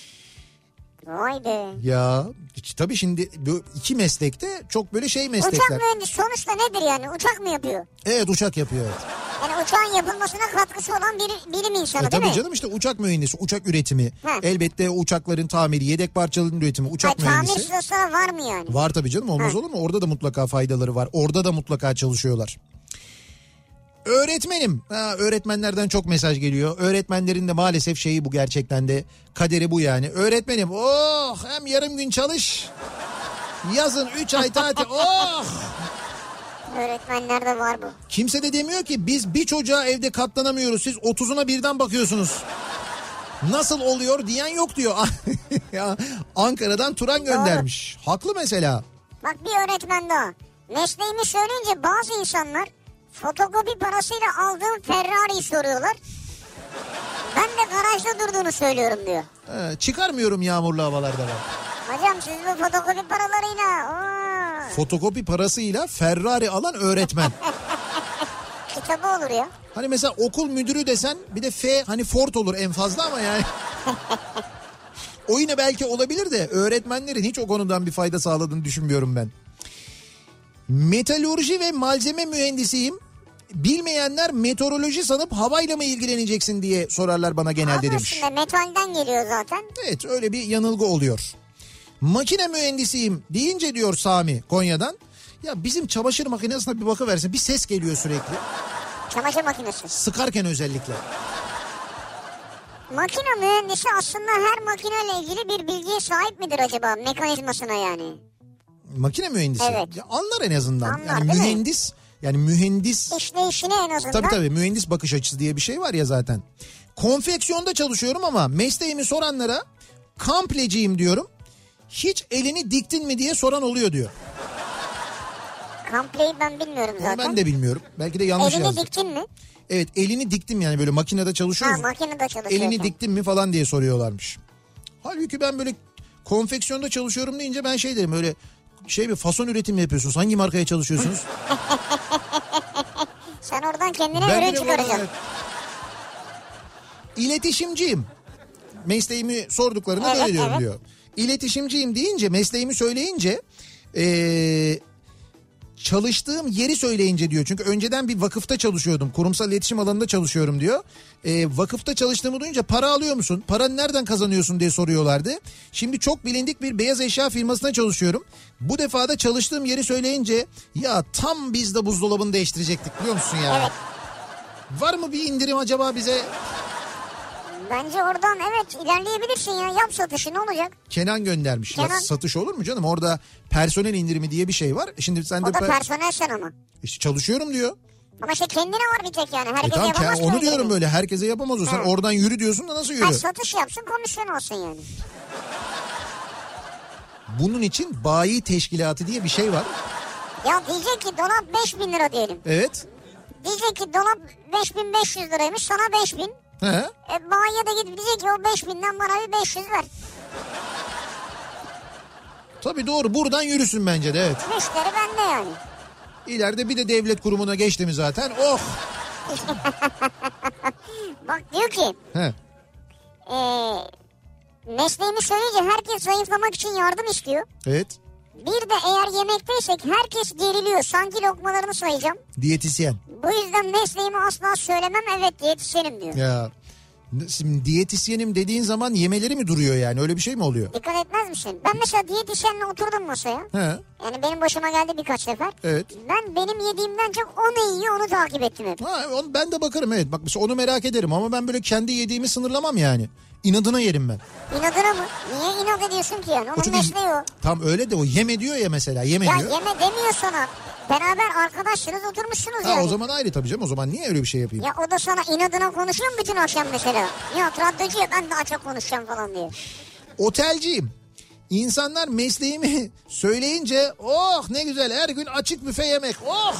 Vay be. Ya tabii şimdi bu iki meslekte çok böyle şey meslekler. Uçak mühendisi sonuçta nedir yani? Uçak mı yapıyor? Evet, uçak yapıyor evet. Yani uçağın yapılmasına katkısı olan bir bilim insanı e, değil mi? Tabii canım, işte uçak mühendisi, uçak üretimi. Ha. Elbette uçakların tamiri, yedek parçaların üretimi, uçak ha, mühendisi. Tamir sırasında var mı yani? Var tabii canım, olmaz ha. olur mu? Orada da mutlaka faydaları var. Orada da mutlaka çalışıyorlar. Öğretmenim. Ha, öğretmenlerden çok mesaj geliyor. Öğretmenlerin de maalesef şeyi bu, gerçekten de kaderi bu yani. Öğretmenim oh hem yarım gün çalış. Yazın üç ay tatil oh. Öğretmenlerde var bu. Kimse de demiyor ki biz bir çocuğa evde katlanamıyoruz. Siz otuzuna birden bakıyorsunuz. Nasıl oluyor diyen yok diyor. Ya, Ankara'dan Turan göndermiş. Doğru. Haklı mesela. Bak bir öğretmen daha. Mesleğimi söyleyince bazı insanlar fotokopi parasıyla aldığım Ferrari'yi soruyorlar. Ben de garajda durduğunu söylüyorum diyor. He, çıkarmıyorum yağmurlu havalarda ben. Hocam siz bu fotokopi paralarıyla... Oo. Fotokopi parasıyla Ferrari alan öğretmen. Kitabı olur ya. Hani mesela okul müdürü desen bir de F hani Ford olur en fazla ama yani. O yine belki olabilir de öğretmenlerin hiç o konudan bir fayda sağladığını düşünmüyorum ben. Metalurji ve malzeme mühendisiyim. Bilmeyenler meteoroloji sanıp havayla mı ilgileneceksin diye sorarlar bana genelde demiş. Aslında metalden geliyor zaten. Evet, öyle bir yanılgı oluyor. Makine mühendisiyim deyince diyor Sami Konya'dan. Ya bizim çamaşır makinesine bir bakıversin, bir ses geliyor sürekli. Çamaşır makinesi. Sıkarken özellikle. Makine mühendisi aslında her makineyle ilgili bir bilgiye sahip midir acaba, mekanizmasına yani? Makine mühendisi. Evet. Ya anlar en azından. Anlar, yani mühendis, mi? yani mühendis. İşleyişine en azından. Tabii tabii, mühendis bakış açısı diye bir şey var ya zaten. Konfeksiyonda çalışıyorum ama mesleğimi soranlara kampleciyim diyorum. hiç elini diktin mi diye soran oluyor diyor. Kampleyi ben bilmiyorum zaten. Onu ben de bilmiyorum. Belki de yanlış elini yazdım. Elini diktin mi? Evet, elini diktim yani, böyle makinede çalışıyoruz. Ha, makinede çalışıyorsun. Elini diktin mi falan diye soruyorlarmış. Halbuki ben böyle konfeksiyonda çalışıyorum deyince ben şey derim, öyle şey bir fason üretim yapıyorsunuz. Hangi markaya çalışıyorsunuz? Sen oradan kendine ben ürün çıkaracaksın. Evet. İletişimciyim. Mesleğimi sorduklarında evet, böyle diyorum evet. diyor. İletişimciyim deyince, mesleğimi söyleyince, ee, çalıştığım yeri söyleyince diyor. Çünkü önceden bir vakıfta çalışıyordum. Kurumsal iletişim alanında çalışıyorum diyor. E, vakıfta çalıştığımı duyunca para alıyor musun? Paranı nereden kazanıyorsun diye soruyorlardı. Şimdi çok bilindik bir beyaz eşya firmasına çalışıyorum. Bu defa da çalıştığım yeri söyleyince ya tam biz de buzdolabını değiştirecektik biliyor musun ya? Evet. Var mı bir indirim acaba bize? Bence oradan evet ilerleyebilirsin ya. Yap satışı, ne olacak? Kenan göndermiş. Kenan... Ya satış olur mu canım? Orada personel indirimi diye bir şey var. Şimdi sen o de da per... personelsen ama. İşte çalışıyorum diyor. Ama işte kendine var bir tek yani. Herkese e tamam, yapamaz ki. Onu diyorum gibi. Böyle herkese yapamaz o. Sen evet. Oradan yürü diyorsun da nasıl yürü? Ha, satış yapsın, komisyon olsun yani. Bunun için bayi teşkilatı diye bir şey var. Ya diyecek ki dolap beş bin lira diyelim. Evet. Diyecek ki dolap beş bin beş yüz liraymış, sana beş bin. He. E, bayiye de gidip diyecek ki o beş binden bana bir beş yüz ver. Tabii doğru, buradan yürüsün bence de, evet. Müşteri bende yani. İleride bir de devlet kurumuna geçti mi zaten, oh. Bak diyor ki. He. E, mesleğimi söyleyince herkes zayıflamak için yardım istiyor. Evet. Bir de eğer yemekteysek herkes geriliyor. Sanki lokmalarını sayacağım. Diyetisyen. Bu yüzden mesleğimi asla söylemem, evet diyetisyenim diyor. Ya şimdi diyetisyenim dediğin zaman yemeleri mi duruyor yani, öyle bir şey mi oluyor? Dikkat etmez misin? Ben mesela diyetisyenle oturdum masaya. He. Yani benim başıma geldi birkaç sefer. Evet. Ben benim yediğimden çok o ne yiyor onu takip ettim hep. Ha, onu ben de bakarım, evet. Bak mesela onu merak ederim ama ben böyle kendi yediğimi sınırlamam yani. İnadına yerim ben. İnadına mı? Niye inat ediyorsun ki yani? Onun çünkü, mesleği o. Tam öyle de o yeme diyor ya mesela, yeme ya diyor. Ya yeme demiyor sana. Beraber arkadaşsınız, oturmuşsunuz ha, yani. O zaman ayrı tabii canım, o zaman niye öyle bir şey yapayım? Ya o da sana inadına konuşuyor mu bütün akşam mesela? Ya radyocu ya, ben daha çok konuşacağım falan diye. Otelciyim. İnsanlar mesleğimi söyleyince oh ne güzel her gün açık büfe yemek, oh.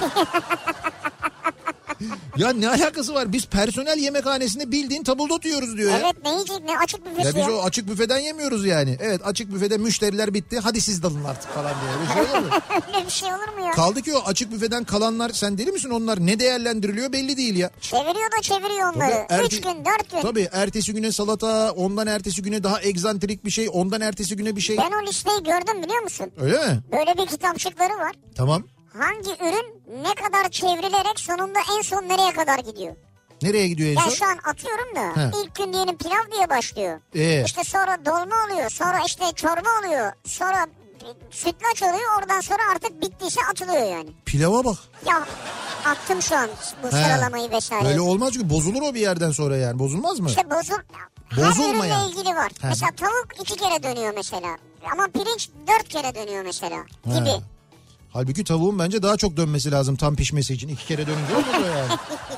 Ya ne alakası var? Biz personel yemekhanesinde bildiğin tabldot yiyoruz diyor ya. Evet, ne yiyecek, ne açık büfesi ya. Biz ya. o açık büfeden yemiyoruz yani. Evet, açık büfede müşteriler bitti, hadi siz dalın artık falan diye. Bir şey olur mu? Öyle bir şey olur mu ya? Kaldı ki o açık büfeden kalanlar, sen deli misin, onlar ne değerlendiriliyor belli değil ya. Çeviriyor da çeviriyor onları. Tabii, Üç erte- gün dört gün. Tabii ertesi güne salata, ondan ertesi güne daha egzantrik bir şey, ondan ertesi güne bir şey. Ben o listeyi gördüm biliyor musun? Öyle mi? Böyle bir kitapçıkları var. Tamam. Hangi ürün ne kadar çevrilerek sonunda en son nereye kadar gidiyor? Nereye gidiyor en son? Ya şu an atıyorum da. He. İlk gün diyelim pilav diye başlıyor. Ee? İşte sonra dolma oluyor. Sonra işte çorba oluyor. Sonra sütlaç oluyor. Oradan sonra artık bittiyse atılıyor yani. Pilava bak. Ya attım şu an bu He. sıralamayı vesaire. Öyle olmaz çünkü bozulur o bir yerden sonra yani. Bozulmaz mı? İşte bozul. Bozulmayan. Her ürünle ilgili var. He. Mesela tavuk iki kere dönüyor mesela. Ama pirinç dört kere dönüyor mesela. Gibi. He. Halbuki tavuğun bence daha çok dönmesi lazım tam pişmesi için. İki kere dönünce olmuyor yani.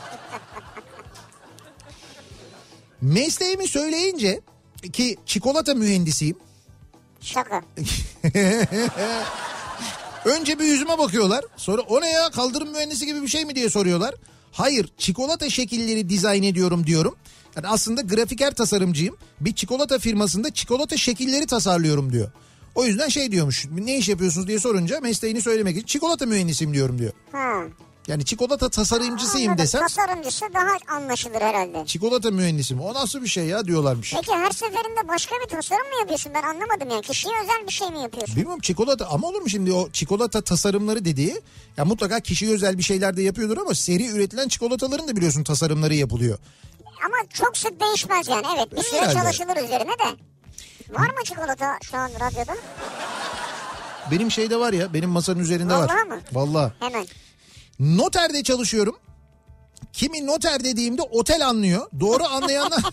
Mesleğimi söyleyince ki çikolata mühendisiyim. Şaka. Önce bir yüzüme bakıyorlar. Sonra o ne ya, kaldırım mühendisi gibi bir şey mi diye soruyorlar. Hayır, çikolata şekilleri dizayn ediyorum diyorum. Yani aslında grafiker tasarımcıyım. Bir çikolata firmasında çikolata şekilleri tasarlıyorum diyor. O yüzden şey diyormuş, ne iş yapıyorsunuz diye sorunca mesleğini söylemek için çikolata mühendisiyim diyorum diyor. Ha. Yani çikolata tasarımcısıyım Anladım. desem. Tasarımcısı daha anlaşılır herhalde. Çikolata mühendisim, o nasıl bir şey ya diyorlarmış. Peki her seferinde başka bir tasarım mı yapıyorsun, ben anlamadım yani. Kişiye özel bir şey mi yapıyorsun? Bilmiyorum, çikolata ama olur mu şimdi o çikolata tasarımları dediği. Ya mutlaka kişiye özel bir şeyler de yapıyordur ama seri üretilen çikolataların da biliyorsun tasarımları yapılıyor. Ama çok sık değişmez yani, evet bir süre herhalde çalışılır üzerine de. Var mı çikolata şu an radyoda? Benim şeyde var ya, benim masanın üzerinde Vallahi var. Vallahi mı? Vallahi. Hemen. Noterde çalışıyorum. Kimi noter dediğimde otel anlıyor. Doğru anlayanlar...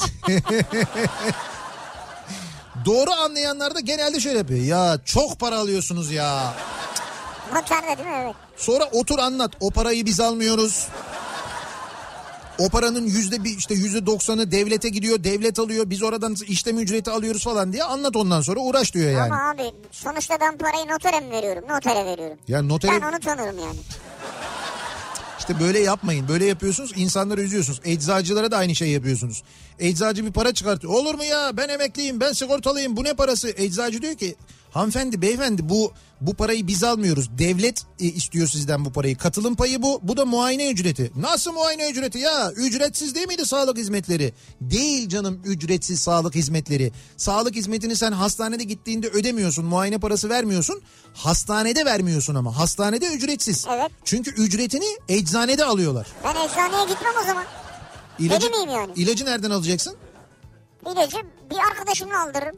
Doğru anlayanlar da genelde şöyle yapıyor. Ya çok para alıyorsunuz ya. Noterde değil mi? Evet. Sonra otur anlat. O parayı biz almıyoruz. O paranın yüzde bir işte yüzde doksanı devlete gidiyor, devlet alıyor, biz oradan işlem ücreti alıyoruz falan diye anlat, ondan sonra uğraş diyor yani. Ama abi sonuçta ben parayı notere mi veriyorum? Notere veriyorum. Ya notere... Ben onu tanırım yani. İşte böyle yapmayın. Böyle yapıyorsunuz, insanları üzüyorsunuz. Eczacılara da aynı şey yapıyorsunuz. Eczacı bir para çıkartıyor. Olur mu ya, ben emekliyim, ben sigortalıyım, bu ne parası? Eczacı diyor ki hanımefendi, beyefendi, bu bu parayı biz almıyoruz. Devlet e, istiyor sizden bu parayı. Katılım payı bu. Bu da muayene ücreti. Nasıl muayene ücreti ya? Ücretsiz değil miydi sağlık hizmetleri? Değil canım, ücretsiz sağlık hizmetleri. Sağlık hizmetini sen hastanede gittiğinde ödemiyorsun. Muayene parası vermiyorsun. Hastanede vermiyorsun ama. Hastanede ücretsiz. Evet. Çünkü ücretini eczanede alıyorlar. Ben eczaneye gitmem o zaman. İlacı, Deli miyim yani? İlacı nereden alacaksın? İlacı bir arkadaşımla aldırırım.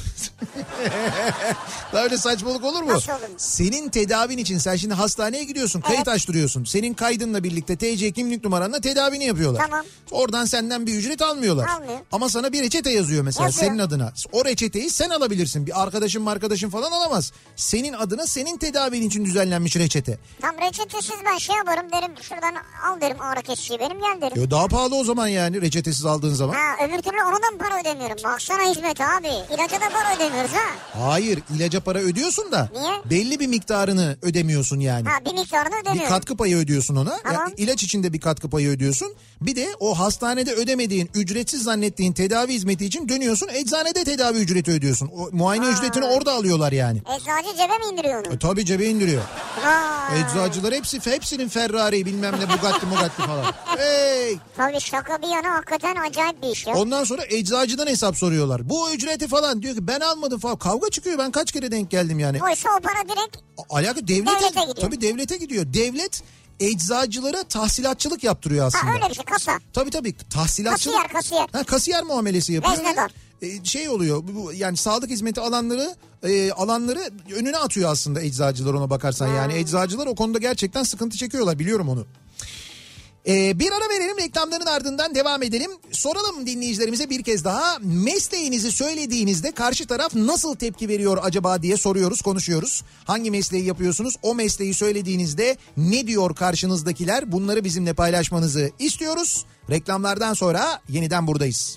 Daha öyle saçmalık olur mu? Nasıl olur? Senin tedavin için sen şimdi hastaneye gidiyorsun, kayıt Evet. açtırıyorsun. Senin kaydınla birlikte T C kimlik numaranla tedavini yapıyorlar. Tamam. Oradan senden bir ücret almıyorlar. Almıyor. Ama sana bir reçete yazıyor mesela Yazıyor. senin adına. O reçeteyi sen alabilirsin. Bir arkadaşın arkadaşın falan alamaz. Senin adına, senin tedavin için düzenlenmiş reçete. Tam reçetesiz ben şey yaparım derim, şuradan al derim ağrı kesiciyi benim, gel derim. Ya daha pahalı o zaman yani reçetesiz aldığın zaman. Ha, öbür türlü ona da mı para ödemiyorum? Baksana hizmet abi. İlaca da para ödemiyoruz ha. Hayır, ilaca para ödüyorsun da Niye? belli bir miktarını ödemiyorsun yani. Ha, bir miktarını Bir ödemiyorum. katkı payı ödüyorsun ona. Tamam. Yani ilaç içinde bir katkı payı ödüyorsun. Bir de o hastanede ödemediğin, ücretsiz zannettiğin tedavi hizmeti için dönüyorsun. Eczanede tedavi ücreti ödüyorsun. O muayene Ha. ücretini orada alıyorlar yani. Eczacı cebe mi indiriyor onu? E, tabii cebe indiriyor. Vay. Eczacılar hepsi hepsinin Ferrari bilmem ne Bugatti Bugatti falan. Hey! Tabii şaka bir yana hakikaten acayip bir iş ya. Ondan sonra eczacıdan hesap soruyorlar. Bu ücreti falan, diyor ki ben almadım falan. Kavga çıkıyor, ben kaç kere denk geldim yani. Oysa o para direkt Alaka devlete, Devlete gidiyor. tabii devlete gidiyor. Devlet eczacılara tahsilatçılık yaptırıyor aslında. ha, öyle bir şey, kasa. Tabii tabii tahsilatçılık. Kasiyer kasiyer. Ha, kasiyer muamelesi yapıyor. Veznedar. E, şey oluyor bu, yani sağlık hizmeti alanları e, alanları önüne atıyor aslında eczacılar, ona bakarsan. Hmm. Yani eczacılar o konuda gerçekten sıkıntı çekiyorlar, biliyorum onu. Ee, bir ara verelim, reklamların ardından devam edelim. Soralım dinleyicilerimize bir kez daha, mesleğinizi söylediğinizde karşı taraf nasıl tepki veriyor acaba diye soruyoruz, konuşuyoruz. Hangi mesleği yapıyorsunuz? O mesleği söylediğinizde ne diyor karşınızdakiler? Bunları bizimle paylaşmanızı istiyoruz. Reklamlardan sonra yeniden buradayız.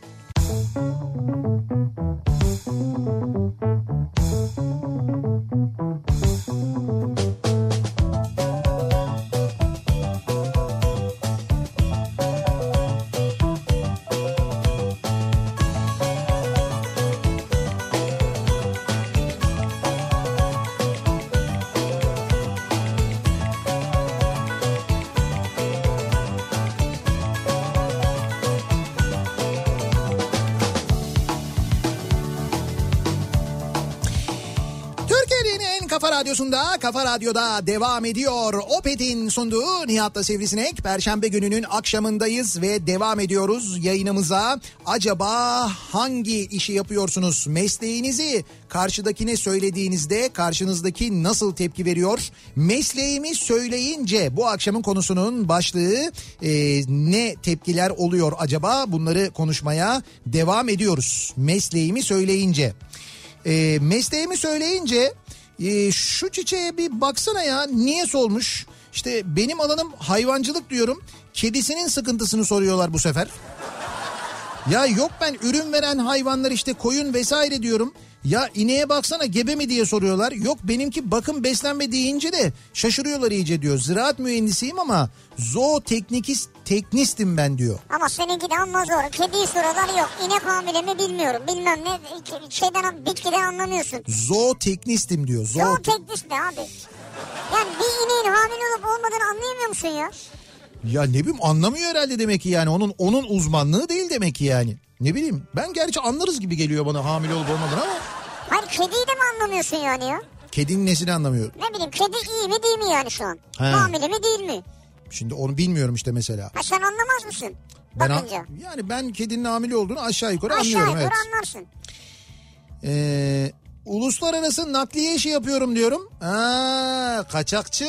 Kafa Radyosu'nda, Kafa Radyo'da devam ediyor. Opet'in sunduğu Nihat'la Sivrisinek. Perşembe gününün akşamındayız ve devam ediyoruz yayınımıza. Acaba hangi işi yapıyorsunuz? Mesleğinizi karşıdakine söylediğinizde karşınızdaki nasıl tepki veriyor? Mesleğimi söyleyince bu akşamın konusunun başlığı, e, ne tepkiler oluyor acaba? Bunları konuşmaya devam ediyoruz. Mesleğimi söyleyince. E, mesleğimi söyleyince... Ee, şu çiçeğe bir baksana ya, niye solmuş? İşte benim alanım hayvancılık diyorum. Kedisinin sıkıntısını soruyorlar bu sefer. Ya yok, ben ürün veren hayvanlar işte koyun vesaire diyorum. Ya ineğe baksana, gebe mi diye soruyorlar. Yok benimki bakım beslenme deyince de şaşırıyorlar iyice diyor. Ziraat mühendisiyim ama zooteknikist teknistim ben diyor. Ama seninki de amma zor. Kediyi soruyorlar, yok. İnek hamile mi bilmiyorum. Bilmem ne şeyden, bitkiden anlamıyorsun. Zooteknistim diyor. Zoo... Zooteknist ne abi? Yani bir ineğin hamile olup olmadığını anlayamıyor musun ya? Ya ne bileyim, anlamıyor herhalde demek ki yani. Onun onun uzmanlığı değil demek ki yani. Ne bileyim, ben gerçi anlarız gibi geliyor bana hamile olup olmadığını ama. Hayır, kediyi de mi anlamıyorsun yani ya? Kedinin nesini anlamıyor? Ne bileyim, kedi iyi mi değil mi yani şu an? He. Hamile mi değil mi? Şimdi onu bilmiyorum işte mesela. Ha, sen anlamaz mısın? Ben Bakınca. an, yani ben kedinin hamile olduğunu aşağı yukarı Aşağı anlıyorum. yukarı Evet. anlarsın. Ee, uluslararası nakliye işi yapıyorum diyorum. Aa, kaçakçı.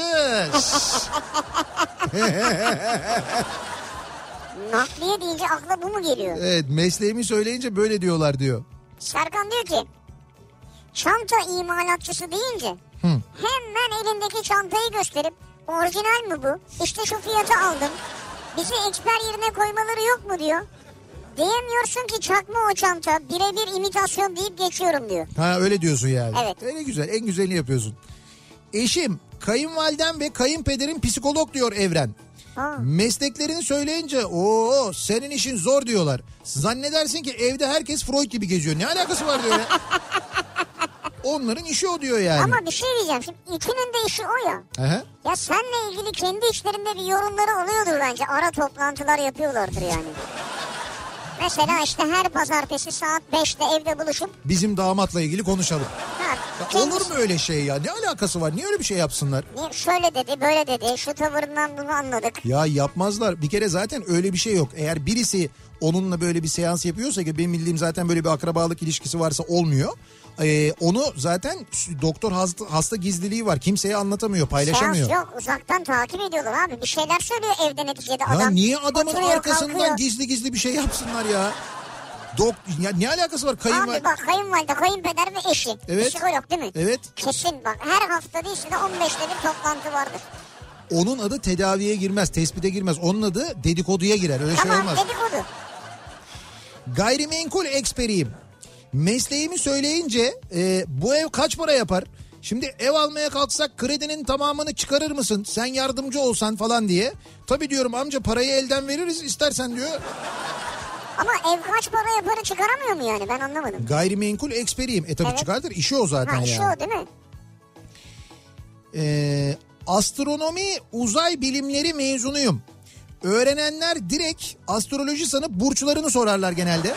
Nakliye deyince akla bu mu geliyor? Evet, mesleğimi söyleyince böyle diyorlar diyor. Serkan diyor ki, çanta imalatçısı deyince Hı. hemen elindeki çantayı gösterip, orijinal mi bu? İşte şu fiyata aldım. Bizi eksper yerine koymaları yok mu diyor. Diyemiyorsun ki çakma o çanta, birebir imitasyon deyip geçiyorum diyor. Ha öyle diyorsun yani. Evet. Öyle güzel, en güzelini yapıyorsun. Eşim, kayınvalidem ve kayınpederim psikolog diyor Evren. Ha. Mesleklerini söyleyince o senin işin zor diyorlar. Zannedersin ki evde herkes Freud gibi geziyor. Ne alakası var diyor ya. Onların işi o diyor yani. Ama bir şey diyeceğim. Şimdi ikinin de işi o ya. Aha. Ya seninle ilgili kendi işlerinde bir yorumları oluyordur bence. Ara toplantılar yapıyorlardır yani. Mesela işte her pazartesi saat beşte evde buluşup. Bizim damatla ilgili konuşalım. Ha, Ya kendisi... olur mu öyle şey ya? Ne alakası var? Niye öyle bir şey yapsınlar? Niye? Şöyle dedi, böyle dedi. Şu tavırından bunu anladık. Ya yapmazlar. Bir kere zaten öyle bir şey yok. Eğer birisi onunla böyle bir seans yapıyorsa ki benim bildiğim zaten böyle bir akrabalık ilişkisi varsa olmuyor. Ee, onu zaten doktor hasta, hasta gizliliği var. Kimseye anlatamıyor, paylaşamıyor. Seans yok, uzaktan takip ediyorlar abi. Bir şeyler söylüyor evde neticede ya adam. Niye adamın oturuyor, arkasından kalkıyor. gizli gizli bir şey yapsınlar ya? Dok ya ne alakası var kayınvalide? Abi bak kayınvalide, kayınpeder ve eşi. Evet. Psikolog değil mi? Evet. Kesin bak her hafta değilse de on beşte bir toplantı vardır. Onun adı tedaviye girmez, tespite girmez. Onun adı dedikoduya girer. Öyle Tamam, şey olmaz. dedikodu. Gayrimenkul eksperiyim. Mesleğimi söyleyince e, bu ev kaç para yapar? Şimdi ev almaya kalksak kredinin tamamını çıkarır mısın? Sen yardımcı olsan falan diye. Tabii diyorum amca parayı elden veririz istersen diyor. Ama ev kaç para yaparı çıkaramıyor mu yani, ben anlamadım. Gayrimenkul eksperiyim. E tabii Evet. çıkardır. İşi o zaten ha, yani. işi o değil mi? Ee, astronomi uzay bilimleri mezunuyum. Öğrenenler direkt astroloji sanıp burçlarını sorarlar genelde.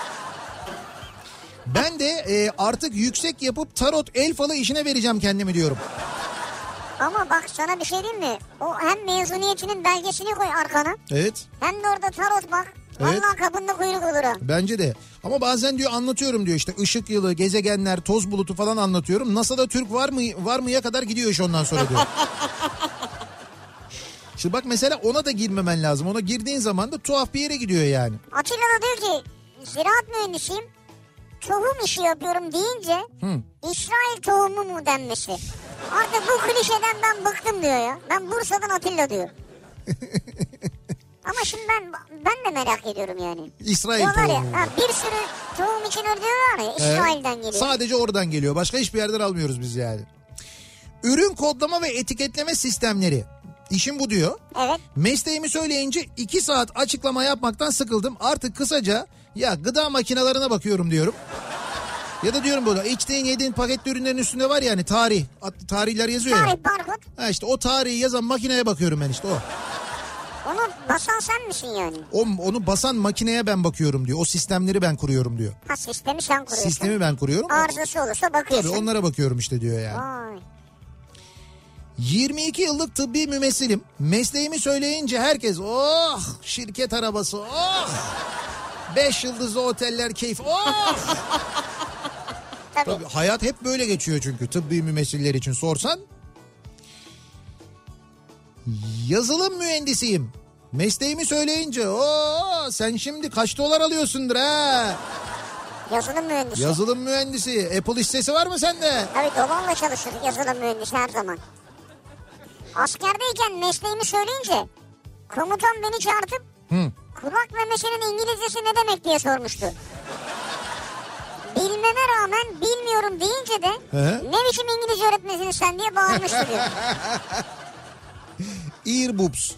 Ben de e, artık yüksek yapıp tarot el falı işine vereceğim kendimi diyorum. Ama bak sana bir şey diyeyim mi? O hem mezuniyetinin belgesini koy arkana. Evet. Hem de orada tarot bak. Evet. Vallahi kapında kuyruk olur ha. Bence de. Ama bazen diyor anlatıyorum diyor işte ışık yılı, gezegenler, toz bulutu falan anlatıyorum. NASA'da Türk var mı var mıya kadar gidiyor iş ondan sonra diyor. Şimdi bak mesela ona da girmemen lazım. Ona girdiğin zaman da tuhaf bir yere gidiyor yani. Atilla da diyor ki ziraat mühendisiyim. Tohum işi yapıyorum deyince Hı. İsrail tohumu mu denmesi. Artık bu klişeden ben bıktım diyor ya. Ben Bursa'dan Atilla diyor. Ama şimdi ben ben de merak ediyorum yani. İsrail diyorlar tohumu. ya, ha, bir sürü tohum için diyorlar ya İsrail'den geliyor. Sadece oradan geliyor. Başka hiçbir yerden almıyoruz biz yani. Ürün kodlama ve etiketleme sistemleri. İşim bu diyor. Evet. Mesleğimi söyleyince iki saat açıklama yapmaktan sıkıldım. Artık kısaca ya gıda makinelerine bakıyorum diyorum. Ya da diyorum böyle içtiğin yediğin paketli ürünlerin üstünde var ya hani tarih. Tarihler yazıyor Tarih, ya. barkod. Ha işte o tarihi yazan makineye bakıyorum ben işte o. Onu basan sen misin yani? O, onu basan makineye ben bakıyorum diyor. O sistemleri ben kuruyorum diyor. Ha, sistemi sen kuruyorsun. Sistemi ben kuruyorum. Arızası olursa bakıyorsun. Tabii onlara bakıyorum işte diyor yani. Vay. yirmi iki yıllık tıbbi mümessilim. Mesleğimi söyleyince herkes oh şirket arabası oh beş yıldızlı oteller keyif oh. Tabii. Tabii hayat hep böyle geçiyor çünkü tıbbi mümessiller için sorsan. Yazılım mühendisiyim. Mesleğimi söyleyince o sen şimdi kaç dolar alıyorsundur ha? Yazılım mühendisi. Yazılım mühendisi. Apple hissesi var mı sende? Tabii dolarla çalışır yazılım mühendisi her zaman. Askerdeyken mesleğimi söyleyince komutan beni çağırtıp Hı. kulak memesinin İngilizcesi ne demek diye sormuştu. Bilmeme rağmen bilmiyorum deyince de He? ne biçim İngilizce öğretmenisin sen diye bağırmıştı diyor. Earboobs.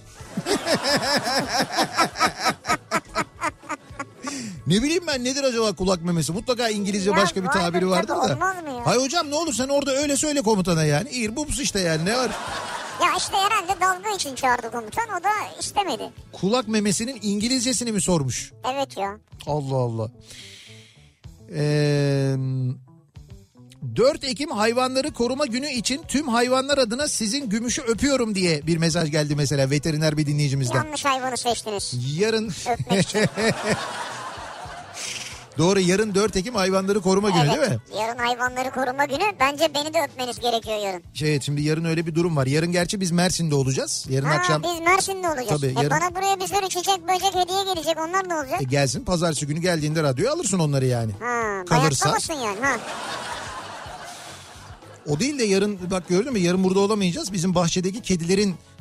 Ne bileyim ben nedir acaba kulak memesi? Mutlaka İngilizce Ya başka bir vardır tabiri vardır tabii, da. olmaz mı ya? Hay hocam ne olur sen orada öyle söyle komutana yani. Earboobs işte yani ne var? Ya işte herhalde dalga için çağırdı komutan, o da istemedi. Kulak memesinin İngilizcesini mi sormuş? Evet ya. Allah Allah. Ee, dört Ekim Hayvanları Koruma Günü için tüm hayvanlar adına sizin gümüşü öpüyorum diye bir mesaj geldi mesela veteriner bir dinleyicimizden. Yanlış hayvanı seçtiniz. Yarın Öpmek için. doğru yarın dört Ekim Hayvanları Koruma Günü Evet, değil mi? yarın hayvanları koruma günü. Bence beni de öpmeniz gerekiyor yarın. Şey şimdi yarın öyle bir durum var. Yarın gerçi biz Mersin'de olacağız. Yarın Ha, akşam biz Mersin'de olacağız. Tabii, e yarın- bana buraya bir sürü çiçek böcek hediye gelecek, onlar ne olacak? e, gelsin. Pazartesi günü geldiğinde radyoya alırsın onları yani. Ha, kalırsa. bayatlamasın yani ha. O değil de yarın bak gördün mü yarın burada olamayacağız. Bizim bahçedeki kedilerin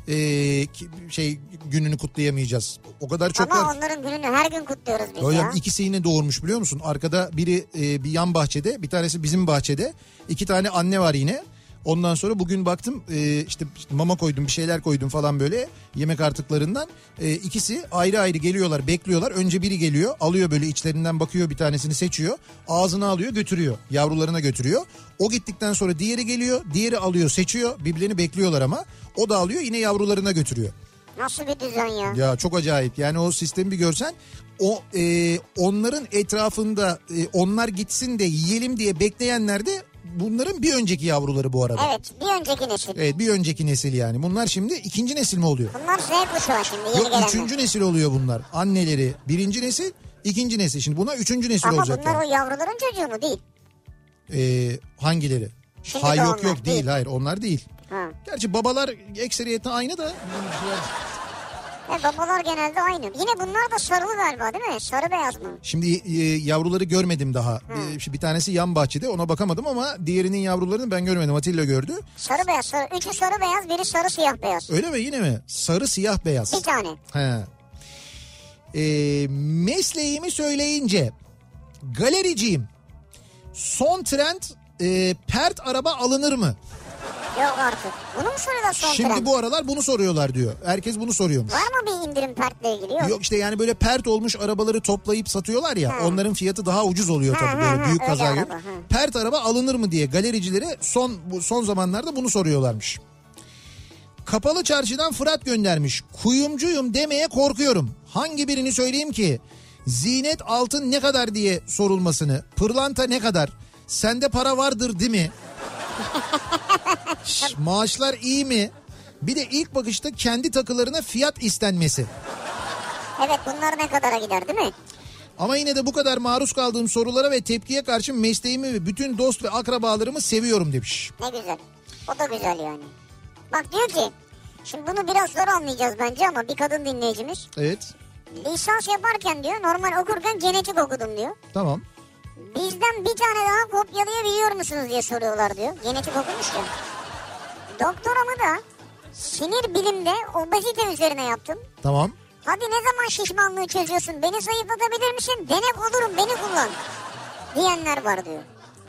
e, şey gününü kutlayamayacağız. O kadar çok Ama var. onların gününü her gün kutluyoruz biz Hocam ya. ikisi yine doğurmuş biliyor musun? Arkada biri e, bir yan bahçede, bir tanesi bizim bahçede. İki tane anne var yine. Ondan sonra bugün baktım e, işte, işte mama koydum, bir şeyler koydum falan böyle yemek artıklarından. E, ikisi ayrı ayrı geliyorlar, bekliyorlar. Önce biri geliyor, alıyor böyle içlerinden bakıyor, bir tanesini seçiyor. Ağzına alıyor, götürüyor. Yavrularına götürüyor. O gittikten sonra diğeri geliyor, diğeri alıyor, seçiyor. Birbirlerini bekliyorlar ama. O da alıyor, yine yavrularına götürüyor. Nasıl bir düzen ya? Ya çok acayip. Yani o sistemi bir görsen, o e, onların etrafında e, onlar gitsin de yiyelim diye bekleyenler de bunların bir önceki yavruları bu arada. Evet, bir önceki nesil. Evet, bir önceki nesil yani. Bunlar şimdi ikinci nesil mi oluyor? Bunlar Z kuşağı şimdi yeni Yok, gelenler. üçüncü nesil oluyor bunlar. Anneleri birinci nesil, ikinci nesil. Şimdi bunlar üçüncü nesil Ama olacak. bunlar yani. o yavruların çocuğu mu değil? Ee, hangileri? Şimdi ha yok doğanlar yok değil, değil. hayır onlar değil. Ha. Gerçi babalar ekseriyeti aynı da. E, babalar genelde aynı. Yine bunlar da sarılı galiba değil mi? Sarı beyaz mı? Şimdi e, yavruları görmedim daha. E, şimdi bir tanesi yan bahçede, ona bakamadım ama diğerinin yavrularını ben görmedim. Atilla gördü. Sarı beyaz. Sarı. Üçü sarı beyaz, biri sarı siyah beyaz. Öyle mi, yine mi? Sarı siyah beyaz. Bir tane. He. E, mesleğimi söyleyince galericiyim. Son trend e, pert araba alınır mı? Yok artık. Bunu mu soruyorlar son Şimdi trend? bu aralar bunu soruyorlar diyor. Herkes bunu soruyormuş. Var mı bir indirim pertle ilgili? Yok. Yok işte yani böyle pert olmuş arabaları toplayıp satıyorlar ya. Ha. Onların fiyatı daha ucuz oluyor Ha, tabii ha, böyle ha, büyük öyle kaza gibi. araba, ha. Pert araba alınır mı diye galericilere son bu son zamanlarda bunu soruyorlarmış. Kapalı Çarşı'dan Fırat göndermiş. Kuyumcuyum demeye korkuyorum. Hangi birini söyleyeyim ki? Zinet altın ne kadar diye sorulmasını. Pırlanta ne kadar? Sende para vardır değil mi? Şş, maaşlar iyi mi? Bir de ilk bakışta kendi takılarına fiyat istenmesi. Evet, bunlar ne kadara gider değil mi? Ama yine de bu kadar maruz kaldığım sorulara ve tepkiye karşı mesleğimi ve bütün dost ve akrabalarımı seviyorum demiş. Ne güzel. O da güzel yani. Bak diyor ki, şimdi bunu biraz zor anlayacağız bence ama bir kadın dinleyicimiz. Evet. Lisans yaparken diyor, normal okurken genetik okudum diyor. Tamam. Bizden bir tane daha kopyalayabiliyor musunuz diye soruyorlar diyor. Genetik okumuş ya. Doktoramı da sinir bilimde obezite üzerine yaptım. Tamam. Hadi ne zaman şişmanlığı çözüyorsun? Beni zayıflatabilir misin? Denek olurum, beni kullan diyenler var diyor.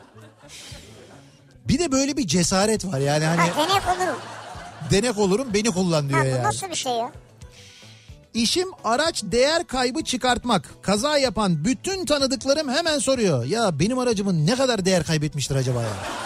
Bir de böyle bir cesaret var yani hani Ha, denek olurum. denek olurum beni kullan diyor Ha, bu yani. nasıl bir şey ya? İşim araç değer kaybı çıkartmak. Kaza yapan bütün tanıdıklarım hemen soruyor. Ya benim aracımın ne kadar değer kaybetmiştir acaba ya?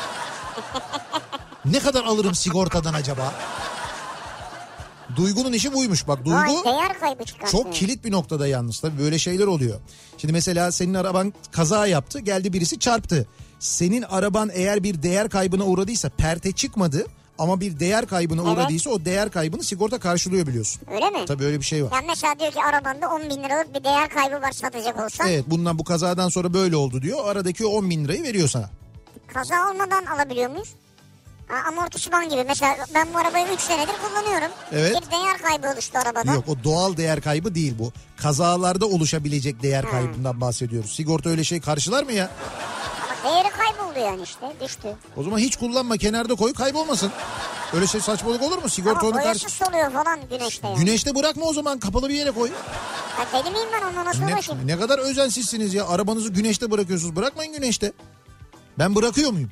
Ne kadar alırım sigortadan acaba? Duygu'nun işi buymuş bak. Duygu Vay, değer kaybı çıkartıyor. çok kilit bir noktada yalnız. Tabii böyle şeyler oluyor. Şimdi mesela senin araban kaza yaptı, geldi birisi çarptı. Senin araban eğer bir değer kaybına uğradıysa, perte çıkmadı ama bir değer kaybına Evet. uğradıysa o değer kaybını sigorta karşılıyor biliyorsun. Öyle mi? Tabii öyle bir şey var. Yani mesela diyor ki arabanda on bin liralık bir değer kaybı var satacak olsan. Evet, bundan bu kazadan sonra böyle oldu diyor. Aradaki o on bin lirayı veriyor sana. Kaza olmadan alabiliyor muyuz? Ha, amortisman gibi. Mesela ben bu arabayı üç senedir kullanıyorum. Evet. Bir değer kaybı oluştu arabada. Yok, o doğal değer kaybı değil bu. Kazalarda oluşabilecek değer kaybından bahsediyoruz. Sigorta öyle şey karşılar mı ya? Ama değeri kayboldu yani işte. Düştü. O zaman hiç kullanma, kenarda koy, kaybolmasın. Öyle şey saçmalık olur mu? Sigorta Ama onu karşı... boyasız oluyor falan güneşte yani. Güneşte bırakma o zaman, kapalı bir yere koy. Ha, deli miyim ben, onunla nasıl uğraşayım? Ne, ne kadar özensizsiniz ya. Arabanızı güneşte bırakıyorsunuz. Bırakmayın güneşte. Ben bırakıyor muyum?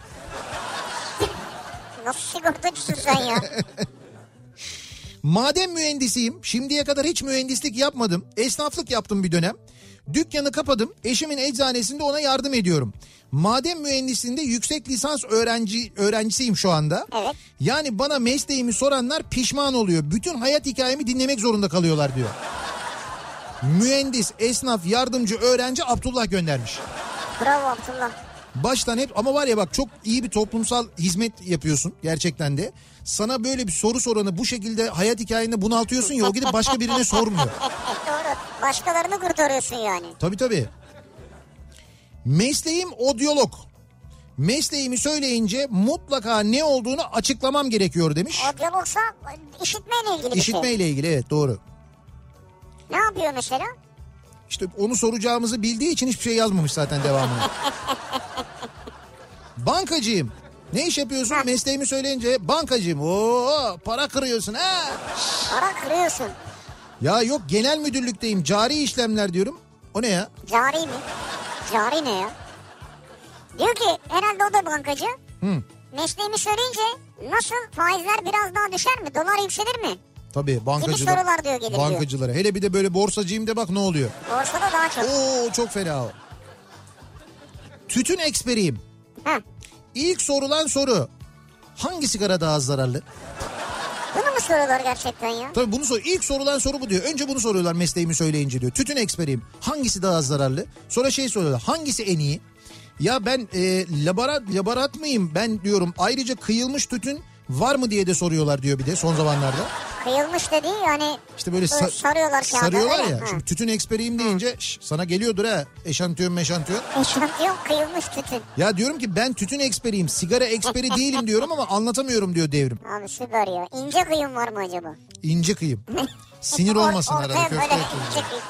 Nasıl sigortacısın sen ya? Maden mühendisiyim. Şimdiye kadar hiç mühendislik yapmadım. Esnaflık yaptım bir dönem. Dükkanı kapadım. Eşimin eczanesinde ona yardım ediyorum. Maden mühendisliğinde yüksek lisans öğrenci öğrencisiyim şu anda. Evet. Yani bana mesleğimi soranlar pişman oluyor. Bütün hayat hikayemi dinlemek zorunda kalıyorlar diyor. Mühendis, esnaf, yardımcı, öğrenci Abdullah göndermiş. Bravo Abdullah. Baştan hep ama var ya bak, çok iyi bir toplumsal hizmet yapıyorsun gerçekten de. Sana böyle bir soru soranı bu şekilde hayat hikayende bunaltıyorsun ya, o gidip başka birine sormuyor. Doğru. Başkalarını kurtarıyorsun yani. Tabii tabii. Mesleğim odyolog. Mesleğimi söyleyince mutlaka ne olduğunu açıklamam gerekiyor demiş. Odyologsa işitmeyle ilgili bir şey. İşitmeyle ilgili, evet doğru. Ne yapıyor mesela? İşte onu soracağımızı bildiği için hiçbir şey yazmamış zaten devamını. Bankacıyım. Ne iş yapıyorsun? Ha. Mesleğimi söyleyince bankacıyım. Oo, para kırıyorsun ha. Para kırıyorsun. Ya yok, genel müdürlükteyim, cari işlemler diyorum. O ne ya? Cari mi? Cari ne ya? Diyor ki herhalde o da bankacı. Hı. Mesleğimi söyleyince nasıl, faizler biraz daha düşer mi? Dolar yükselir mi? Tabii bankacılar. Gibi sorular diyor, gelir bankacılara. diyor. Hele bir de böyle borsacıyım de bak ne oluyor. Borsada daha çok. Oo, çok fena o. Tütün eksperiyim. Heh. İlk sorulan soru: hangi sigara daha az zararlı? Bunu mu soruyorlar gerçekten ya? Tabii bunu sor. İlk sorulan soru bu diyor. Önce bunu soruyorlar mesleğimi söyleyince diyor. Tütün eksperiyim. Hangisi daha az zararlı? Sonra şey soruyorlar. Hangisi en iyi? Ya ben e, laborat, laborat mıyım ben diyorum. Ayrıca kıyılmış tütün var mı diye de soruyorlar diyor bir de son zamanlarda. Kıyılmış dediği yani İşte böyle sa- sarıyorlar kağıda. Sarıyorlar öyle. ya. Ha. Şimdi tütün eksperiyim deyince şş, sana geliyordur ha. Eşantiyon meşantiyon. Eşantiyon kıyılmış tütün. Ya diyorum ki ben tütün eksperiyim. Sigara eksperi değilim diyorum ama anlatamıyorum diyor Devrim. Abi süper ya. İnce kıyım var mı acaba? İnce kıyım. Sinir olmasın Or- arada. ortaya köfte böyle yapıyoruz. ince kıyım.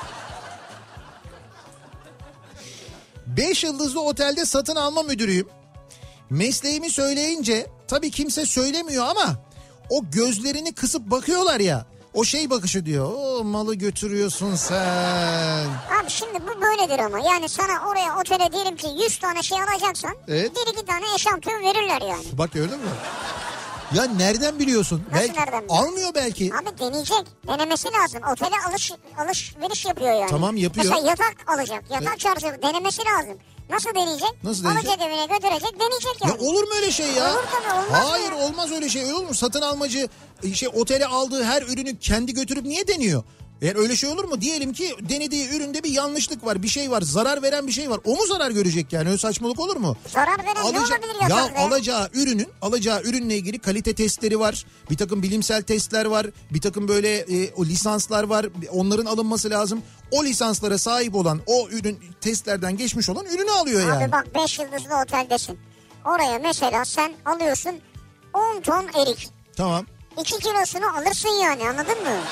Beş yıldızlı otelde satın alma müdürüyüm. Mesleğimi söyleyince tabii kimse söylemiyor ama o gözlerini kısıp bakıyorlar ya. O şey bakışı diyor. O malı götürüyorsun sen. Abi şimdi bu böyledir ama. Yani sana oraya otele diyelim ki yüz tane şey alacaksan. Evet. Bir iki tane eşantiyon verirler yani. Bak gördün mü? Ya nereden biliyorsun? Nasıl belki, nereden biliyorsun? almıyor belki. Abi deneyecek. Denemesi lazım. Otele alış, alışveriş yapıyor yani. Tamam, yapıyor. Mesela yatak alacak. Yatak Evet. çağıracak. Denemesi lazım. Nasıl deneyecek? Nasıl deneyecek? Alacak evine götürecek. Deneyecek yani. Ya olur mu öyle şey ya? Olur tabii, olmaz Hayır mı? olmaz öyle şey. Olur mu? Satın almacı şey otele aldığı her ürünü kendi götürüp niye deniyor? Yani öyle şey olur mu? Diyelim ki denediği üründe bir yanlışlık var, bir şey var, zarar veren bir şey var. O mu zarar görecek yani? Öyle saçmalık olur mu? Zarar veren ne Alaca- olabilir ya yatakta? alacağı ürünün, alacağı ürünle ilgili kalite testleri var. Bir takım bilimsel testler var. Bir takım böyle e, o lisanslar var. Onların alınması lazım. O lisanslara sahip olan, o ürün testlerden geçmiş olan ürünü alıyor yani. Abi bak beş yıldızlı oteldesin. Oraya mesela sen alıyorsun on ton erik. Tamam. iki kilosunu alırsın yani, anladın mı?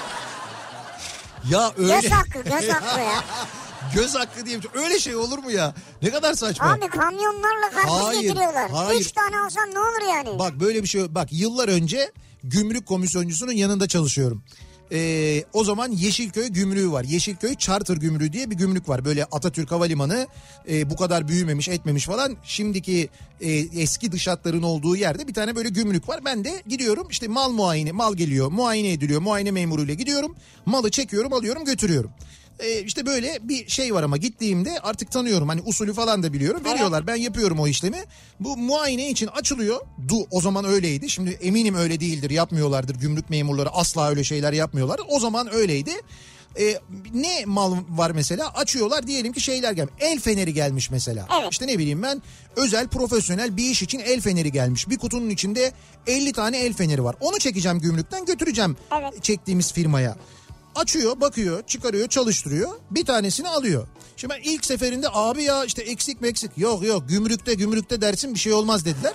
Ya öyle. Göz hakkı, göz hakkı ya. Göz hakkı diye bir şey. Öyle şey olur mu ya? Ne kadar saçma. Abi kamyonlarla karpuz Hayır, getiriyorlar. hayır. Üç tane alsam ne olur yani? Bak böyle bir şey. Bak yıllar önce gümrük komisyoncusunun yanında çalışıyorum. Ee, o zaman Yeşilköy gümrüğü var. Yeşilköy Charter gümrüğü diye bir gümrük var. Böyle Atatürk Havalimanı e, bu kadar büyümemiş etmemiş falan. Şimdiki e, eski dış hatların olduğu yerde bir tane böyle gümrük var. Ben de gidiyorum işte mal muayene, mal geliyor, muayene ediliyor. Muayene memuruyla gidiyorum. Malı çekiyorum, alıyorum, götürüyorum. Ee, işte böyle bir şey var ama gittiğimde artık tanıyorum. Hani usulü falan da biliyorum. Veriyorlar, ben yapıyorum o işlemi. Bu muayene için açılıyor. Du, o zaman öyleydi. Şimdi eminim öyle değildir, yapmıyorlardır. Gümrük memurları asla öyle şeyler yapmıyorlar. O zaman öyleydi. Ee, ne mal var mesela? Açıyorlar, diyelim ki şeyler gelmiş. El feneri gelmiş mesela. Evet. İşte ne bileyim ben, özel profesyonel bir iş için el feneri gelmiş. Bir kutunun içinde elli tane el feneri var. Onu çekeceğim gümrükten, götüreceğim Evet. çektiğimiz firmaya. Açıyor, bakıyor, çıkarıyor, çalıştırıyor. Bir tanesini alıyor. Şimdi ben ilk seferinde abi ya işte eksik meksik. Yok yok, gümrükte gümrükte dersin, bir şey olmaz dediler.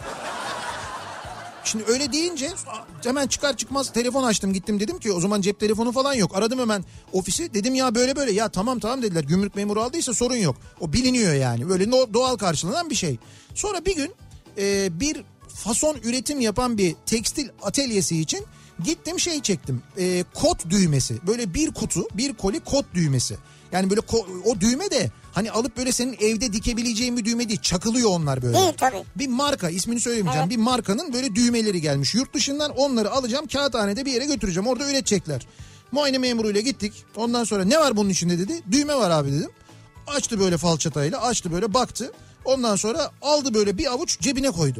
Şimdi öyle deyince hemen çıkar çıkmaz telefon açtım, gittim, dedim ki o zaman cep telefonu falan yok. Aradım hemen ofisi, dedim ya böyle böyle, ya tamam tamam dediler, gümrük memuru aldıysa sorun yok. O biliniyor yani, böyle doğal karşılanan bir şey. Sonra bir gün e, bir fason üretim yapan bir tekstil atölyesi için gittim, şey çektim, e, kot düğmesi, böyle bir kutu bir koli kot düğmesi. Yani böyle ko- o düğme de hani alıp böyle senin evde dikebileceğin bir düğme değil, çakılıyor onlar böyle. Değil tabii. Bir marka, ismini söylemeyeceğim, Evet. bir markanın böyle düğmeleri gelmiş yurt dışından, onları alacağım kağıthanede bir yere götüreceğim, orada üretecekler. Muayene memuruyla gittik, ondan sonra ne var bunun içinde dedi, düğme var abi dedim. Açtı böyle falçatayla, açtı böyle baktı, ondan sonra aldı böyle bir avuç cebine koydu.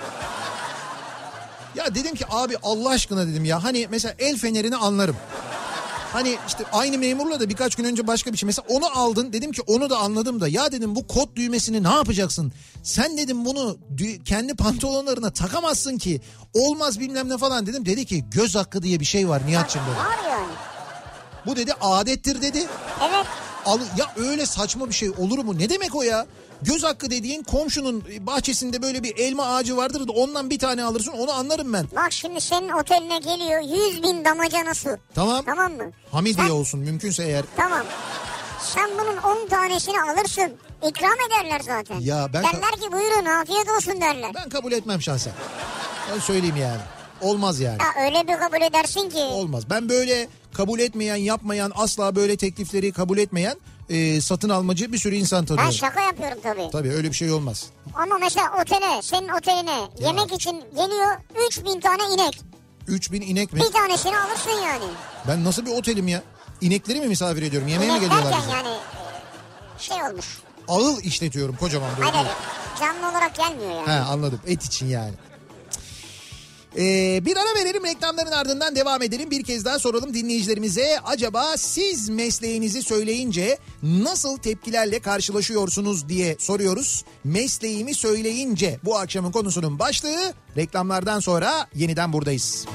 Ya dedim ki abi Allah aşkına dedim ya, hani mesela el fenerini anlarım. Hani işte aynı memurla da birkaç gün önce başka bir şey. Mesela onu aldın, dedim ki onu da anladım da. Ya dedim bu kod düğmesini ne yapacaksın? Sen dedim bunu dü- kendi pantolonlarına takamazsın ki. Olmaz bilmem ne falan dedim. Dedi ki göz hakkı diye bir şey var Nihat'cığım dedi. Var yani. Bu dedi adettir dedi. Evet. Al, ya öyle saçma bir şey olur mu? Ne demek o ya? Göz hakkı dediğin komşunun bahçesinde böyle bir elma ağacı vardır da ondan bir tane alırsın, onu anlarım ben. Bak şimdi senin oteline geliyor yüz bin damacana su. Tamam. Tamam mı? Hamidiye Sen- olsun mümkünse eğer. Tamam. Sen bunun on tanesini alırsın. İkram ederler zaten. Ya ben derler ki buyurun afiyet olsun derler. Ben kabul etmem şahsen. Ben söyleyeyim yani. Olmaz yani. Ya öyle bir kabul edersin ki. Olmaz. Ben böyle kabul etmeyen, yapmayan, asla böyle teklifleri kabul etmeyen e, satın almacı bir sürü insan tanıyorum. Ben şaka yapıyorum tabii. Tabii öyle bir şey olmaz. Ama mesela otele, senin oteline ya. yemek için geliyor üç bin tane inek. üç bin inek mi? Bir tanesini alırsın yani. Ben nasıl bir otelim ya? İnekleri mi misafir ediyorum? Yemeğe İnek mi geliyorlar derken bize? yani şey olmuş. Ağıl işletiyorum kocaman böyle. Hayır canlı olarak gelmiyor yani. He anladım, et için yani. Ee, bir ara verelim, reklamların ardından devam edelim. Bir kez daha soralım dinleyicilerimize. Acaba siz mesleğinizi söyleyince nasıl tepkilerle karşılaşıyorsunuz diye soruyoruz. Mesleğimi söyleyince bu akşamın konusunun başlığı. Reklamlardan sonra yeniden buradayız.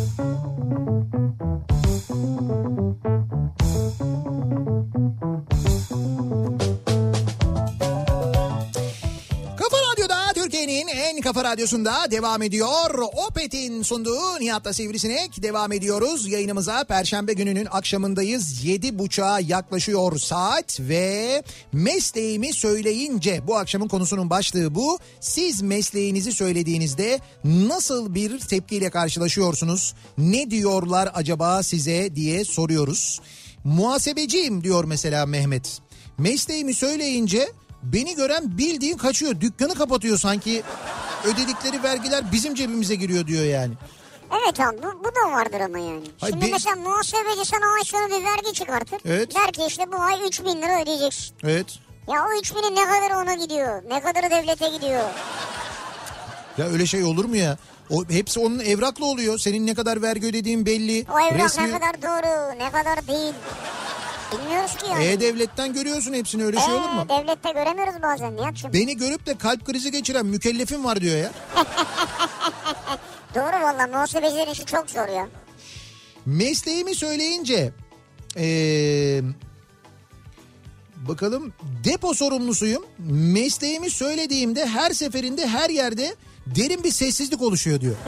Türkiye'nin en kafa radyosunda devam ediyor. Opet'in sunduğu Nihat'la Sivrisinek devam ediyoruz. Yayınımıza Perşembe gününün akşamındayız. Yedi buçuğa yaklaşıyor saat ve mesleğimi söyleyince bu akşamın konusunun başlığı bu. Siz mesleğinizi söylediğinizde nasıl bir tepkiyle karşılaşıyorsunuz? Ne diyorlar acaba size diye soruyoruz. Muhasebeciyim diyor mesela Mehmet. Mesleğimi söyleyince beni gören bildiğin kaçıyor. Dükkanı kapatıyor sanki. Ödedikleri vergiler bizim cebimize giriyor diyor yani. Evet abi bu, bu da vardır ama yani. Hayır, Şimdi bir... mesela muhasebeci sana ay sonu bir vergi çıkartır. Evet. Der ki işte bu ay üç bin lira ödeyeceksin. Evet. Ya o üç binin ne kadarı ona gidiyor? Ne kadarı devlete gidiyor? Ya öyle şey olur mu ya? O, hepsi onun evrakla oluyor. Senin ne kadar vergi ödediğin belli. O evrak Resmi... ne kadar doğru ne kadar değil. Bilmiyoruz ki yani. E-Devlet'ten görüyorsun hepsini, öyle şey ee, olur mu? Devlette göremiyoruz bazen Nihat'cığım. Beni görüp de kalp krizi geçiren mükellefim var diyor ya. Doğru valla, muhasebecilerin işi çok zor ya. Mesleğimi söyleyince ee, bakalım, depo sorumlusuyum. Mesleğimi söylediğimde her seferinde her yerde derin bir sessizlik oluşuyor diyor.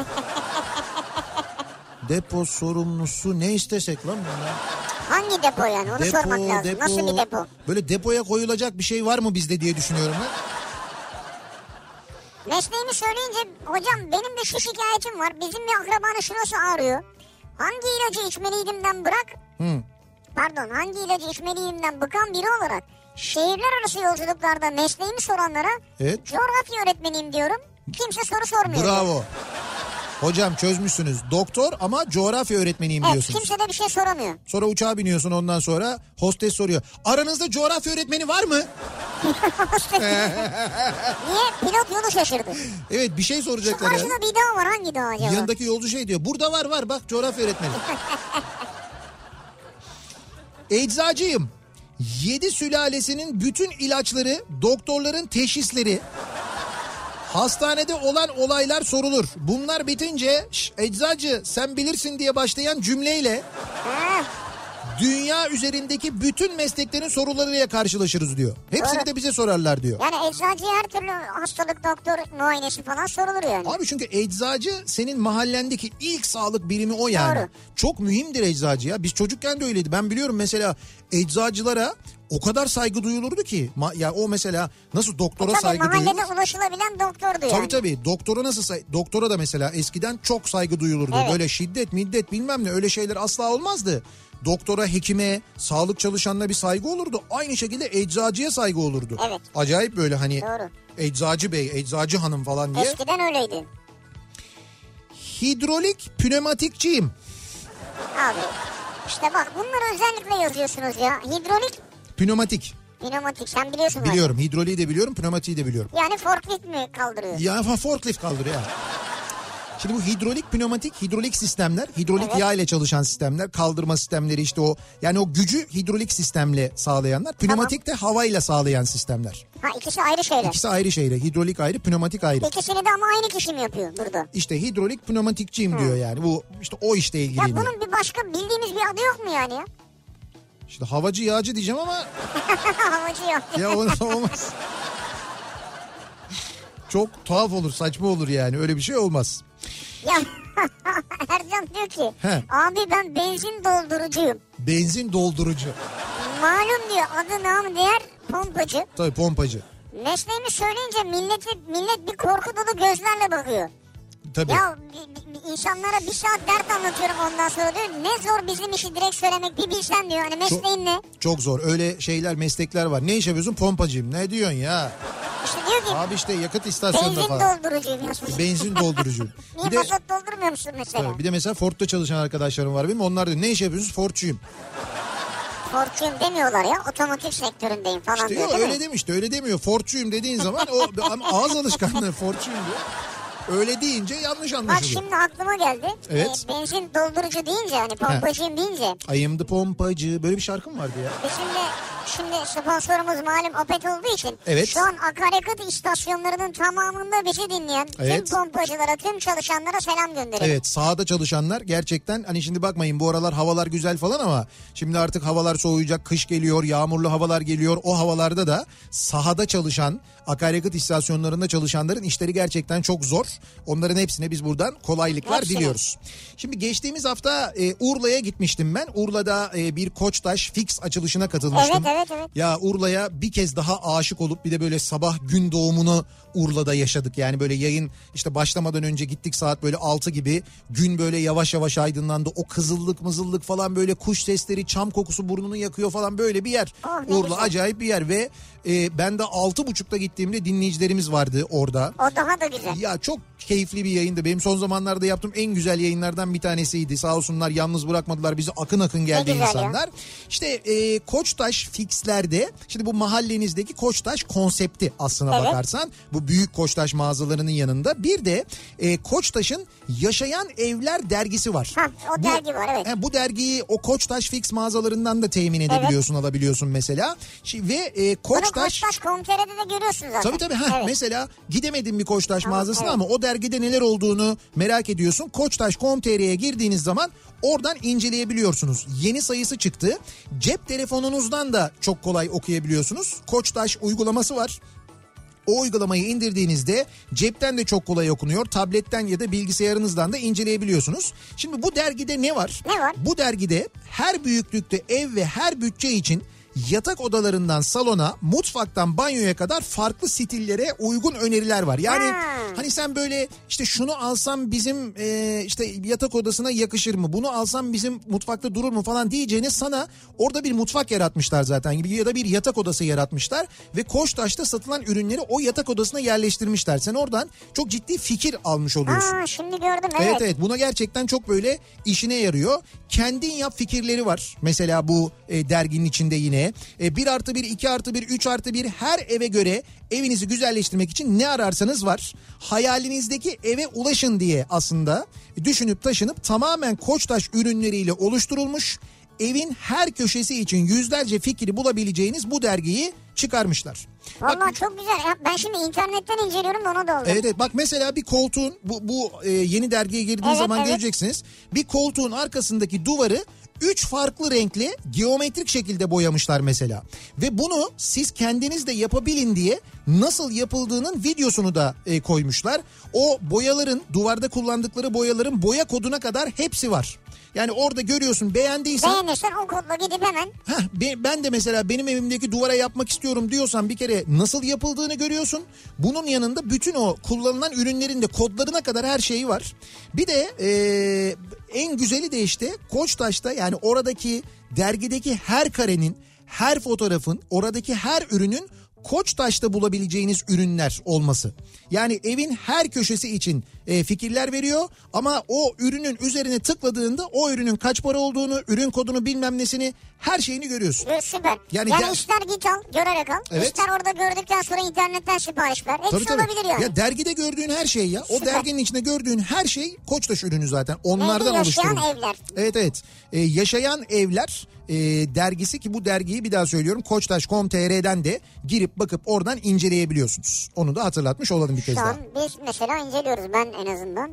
Depo sorumlusu ne istesek lan bunlar? Hangi depo yani onu depo, sormak lazım. Depo, Nasıl bir depo? Böyle depoya koyulacak bir şey var mı bizde diye düşünüyorum ben. Mesleğimi söyleyince hocam benim de şu şikayetim var. Bizim bir akrabanın şurası ağrıyor. Hangi ilacı içmeliydimden bırak. Hı. Pardon hangi ilacı içmeliyimden bıkan biri olarak şehirler arası yolculuklarda mesleğimi soranlara evet. Coğrafya öğretmeniyim diyorum. Kimse soru sormuyor. Bravo. Diyor. Hocam çözmüşsünüz. Doktor ama coğrafya öğretmeniyim evet, diyorsunuz. Kimse de bir şey soramıyor. Sonra uçağa biniyorsun, ondan sonra hostes soruyor. Aranızda coğrafya öğretmeni var mı? Niye? Pilot yolu şaşırdı. Evet, bir şey soracaklar. Şu karşıda bir dağ var, hangi dağ acaba? Yanındaki yolcu şey diyor. Burada var var bak, coğrafya öğretmeni. Eczacıyım. Yedi sülalesinin bütün ilaçları, doktorların teşhisleri, hastanede olan olaylar sorulur. Bunlar bitince eczacı sen bilirsin diye başlayan cümleyle Ha. dünya üzerindeki bütün mesleklerin sorularıyla karşılaşırız diyor. Hepsini Doğru. de bize sorarlar diyor. Yani eczacıya her türlü hastalık doktor muayenesi falan sorulur yani. Abi çünkü eczacı senin mahallendeki ilk sağlık birimi o yani. Doğru. Çok mühimdir eczacı ya. Biz çocukken de öyleydi. Ben biliyorum mesela eczacılara o kadar saygı duyulurdu ki. Ma- ya o mesela nasıl doktora tabii saygı mahallede duyulur? ulaşılabilen doktordu yani. Tabii tabii. Doktora nasıl say- doktora da mesela eskiden çok saygı duyulurdu. Evet. Böyle şiddet, middet bilmem ne öyle şeyler asla olmazdı. Doktora, hekime, sağlık çalışanına bir saygı olurdu. Aynı şekilde eczacıya saygı olurdu. Evet. Acayip böyle hani Doğru. eczacı bey, eczacı hanım falan diye. Eskiden öyleydi. Hidrolik pneumatikçiyim. Abi işte bak bunları özellikle yazıyorsunuz ya. Hidrolik, Pneumatik. pneumatik sen biliyorsun. Biliyorum. Zaten. Hidroliği de biliyorum, pneumatiği de biliyorum. Yani forklift mi kaldırıyor? Ya forklift kaldırıyor ya. Şimdi bu hidrolik, pneumatik, hidrolik sistemler, hidrolik evet. yağ ile çalışan sistemler, kaldırma sistemleri işte o. Yani o gücü hidrolik sistemle sağlayanlar. Pneumatik tamam. de havayla sağlayan sistemler. Ha ikisi ayrı şeyler. İkisi ayrı şeyler. Hidrolik ayrı, pneumatik ayrı. İkisini de ama aynı kişi mi yapıyor burada? İşte hidrolik pneumatikçiyim Hı. diyor yani. Bu işte o işle ilgili. Ya bunun bir başka bildiğimiz bir adı yok mu yani ya? İşte havacı yağcı diyeceğim ama. Havacı yağcı. Ya olmaz. Çok tuhaf olur, saçma olur yani. Öyle bir şey olmaz. Ya Ercan diyor ki He. abi ben benzin doldurucuyum. Benzin doldurucu. Malum diyor adı namı diğer pompacı. Tabii pompacı. Mesleğimi söyleyince milleti, millet bir korku dolu gözlerle bakıyor. Tabii. Ya bir, bir, insanlara bir saat dert anlatıyorum ondan sonra diyor. Ne zor bizim işi direkt söylemek bir bilsen diyor. Hani mesleğin çok, ne? Çok zor. Öyle şeyler, meslekler var. Ne iş yapıyorsun? Pompacıyım. Ne diyorsun ya? İşte diyor ki. Abi işte yakıt istasyonunda benzin falan. doldurucuyum yazmış. Benzin doldurucuyum. Niye mazot doldurmuyor musun mesela? Tabii, bir de mesela Ford'da çalışan arkadaşlarım var benim. Onlar diyor ne iş yapıyorsunuz? Fordçuyum. Fordçuyum demiyorlar ya. Otomotiv sektöründeyim falan İşte diyor. yok, değil öyle mi? demiyor işte, öyle demiyor. Fordçuyum dediğin zaman o ama ağız alışkanlığı, Fordçuyum diyor. Öyle deyince yanlış anlaşılıyor. Bak şimdi aklıma geldi. Evet. Ee, benzin doldurucu deyince hani pompacıyım deyince. I am the pompacı. Böyle bir şarkı mı vardı ya? Bizim de şimdi sponsorumuz malum Opet olduğu için. Evet. Şu an akaryakıt istasyonlarının tamamında bizi dinleyen Evet. tüm pompacılara, tüm çalışanlara selam gönderelim. Evet, sahada çalışanlar gerçekten, hani şimdi bakmayın bu aralar havalar güzel falan ama şimdi artık havalar soğuyacak, kış geliyor, yağmurlu havalar geliyor. O havalarda da sahada çalışan, akaryakıt istasyonlarında çalışanların işleri gerçekten çok zor. Onların hepsine biz buradan kolaylıklar Hepsine. diliyoruz. Şimdi geçtiğimiz hafta e, Urla'ya gitmiştim ben. Urla'da e, bir Koçtaş Fix açılışına katılmıştım. Evet, evet, evet. Ya Urla'ya bir kez daha aşık olup bir de böyle sabah gün doğumunu Urla'da yaşadık. Yani böyle yayın işte başlamadan önce gittik, saat böyle altı gibi, gün böyle yavaş yavaş aydınlandı. O kızıllık mızıllık falan, böyle kuş sesleri, çam kokusu burnunu yakıyor falan, böyle bir yer. Oh, ne Urla güzel. acayip bir yer ve e, ben de altı buçukta gittiğimde dinleyicilerimiz vardı orada. O daha da güzel. Ya çok keyifli bir yayındı. Benim son zamanlarda yaptığım en güzel yayınlardan bir tanesiydi. Sağ olsunlar, yalnız bırakmadılar bizi, akın akın geldi insanlar. Ya. İşte e, Koçtaş Fix'lerde, şimdi bu mahallenizdeki Koçtaş konsepti aslına evet. bakarsan bu büyük Koçtaş mağazalarının yanında bir de e, Koçtaş'ın Yaşayan Evler dergisi var. Ha, o bu, dergi var evet. He, bu dergiyi o Koçtaş Fix mağazalarından da temin edebiliyorsun, evet. alabiliyorsun mesela. Şimdi, ve e, Koçtaş... Bunu Koçtaş nokta com nokta tr'de de görüyorsun zaten. Tabii tabii. Heh, evet. Mesela gidemedim bir Koçtaş tamam, mağazasına evet. ama o dergide neler olduğunu merak ediyorsun. Koçtaş nokta com nokta tr'ye girdiğiniz zaman oradan inceleyebiliyorsunuz. Yeni sayısı çıktı. Cep telefonunuzdan da çok kolay okuyabiliyorsunuz. Koçtaş uygulaması var. O uygulamayı indirdiğinizde cepten de çok kolay okunuyor. Tabletten ya da bilgisayarınızdan da inceleyebiliyorsunuz. Şimdi bu dergide ne var? Ne var? Bu dergide her büyüklükte ev ve her bütçe için yatak odalarından salona, mutfaktan banyoya kadar farklı stillere uygun öneriler var. Yani hmm. hani sen böyle işte şunu alsam bizim e, işte yatak odasına yakışır mı? Bunu alsam bizim mutfakta durur mu falan diyeceğine, sana orada bir mutfak yaratmışlar zaten gibi ya da bir yatak odası yaratmışlar ve Koçtaş'ta satılan ürünleri o yatak odasına yerleştirmişler. Sen oradan çok ciddi fikir almış oluyorsun. Aa, şimdi gördüm evet. Evet evet, buna gerçekten çok böyle işine yarıyor. Kendin yap fikirleri var. Mesela bu e, derginin içinde yine. bir artı bir, iki artı bir, üç artı bir, her eve göre evinizi güzelleştirmek için ne ararsanız var. Hayalinizdeki eve ulaşın diye aslında düşünüp taşınıp tamamen Koçtaş ürünleriyle oluşturulmuş, evin her köşesi için yüzlerce fikri bulabileceğiniz bu dergiyi çıkarmışlar. Vallahi bak, çok güzel. Ya ben şimdi internetten inceliyorum da ona da oldu. Evet, evet bak mesela bir koltuğun bu, bu e, yeni dergiye girdiğiniz evet, zaman evet. göreceksiniz. Bir koltuğun arkasındaki duvarı üç farklı renkli geometrik şekilde boyamışlar mesela. Ve bunu siz kendiniz de yapabilin diye nasıl yapıldığının videosunu da e, koymuşlar. O boyaların, duvarda kullandıkları boyaların boya koduna kadar hepsi var. Yani orada görüyorsun, beğendiysen... Beğenirsen o kodla gidip hemen... Heh, ben de mesela benim evimdeki duvara yapmak istiyorum diyorsan bir kere nasıl yapıldığını görüyorsun. Bunun yanında bütün o kullanılan ürünlerin de kodlarına kadar her şeyi var. Bir de ee, en güzeli de işte Koçtaş'ta, yani oradaki dergideki her karenin, her fotoğrafın, oradaki her ürünün Koçtaş'ta bulabileceğiniz ürünler olması. Yani evin her köşesi için e, fikirler veriyor ama o ürünün üzerine tıkladığında o ürünün kaç para olduğunu, ürün kodunu, bilmem nesini, her şeyini görüyorsun. Evet, süper. Yani, yani yani ister git al, görerek al. Evet. İster orada gördükten sonra internetten sipariş ver. Hepsi tabii, tabii. olabilir yani. Ya dergide gördüğün her şey ya. Süper. O derginin içinde gördüğün her şey Koçtaş ürünü zaten. Onlardan oluşturulmuş. Yaşayan Evler. Evet evet. Ee, Yaşayan Evler e, dergisi, ki bu dergiyi bir daha söylüyorum Koçtaş nokta com nokta tr'den de girip bakıp oradan inceleyebiliyorsunuz. Onu da hatırlatmış olalım bir kez Şu daha. an biz mesela inceliyoruz, ben en azından.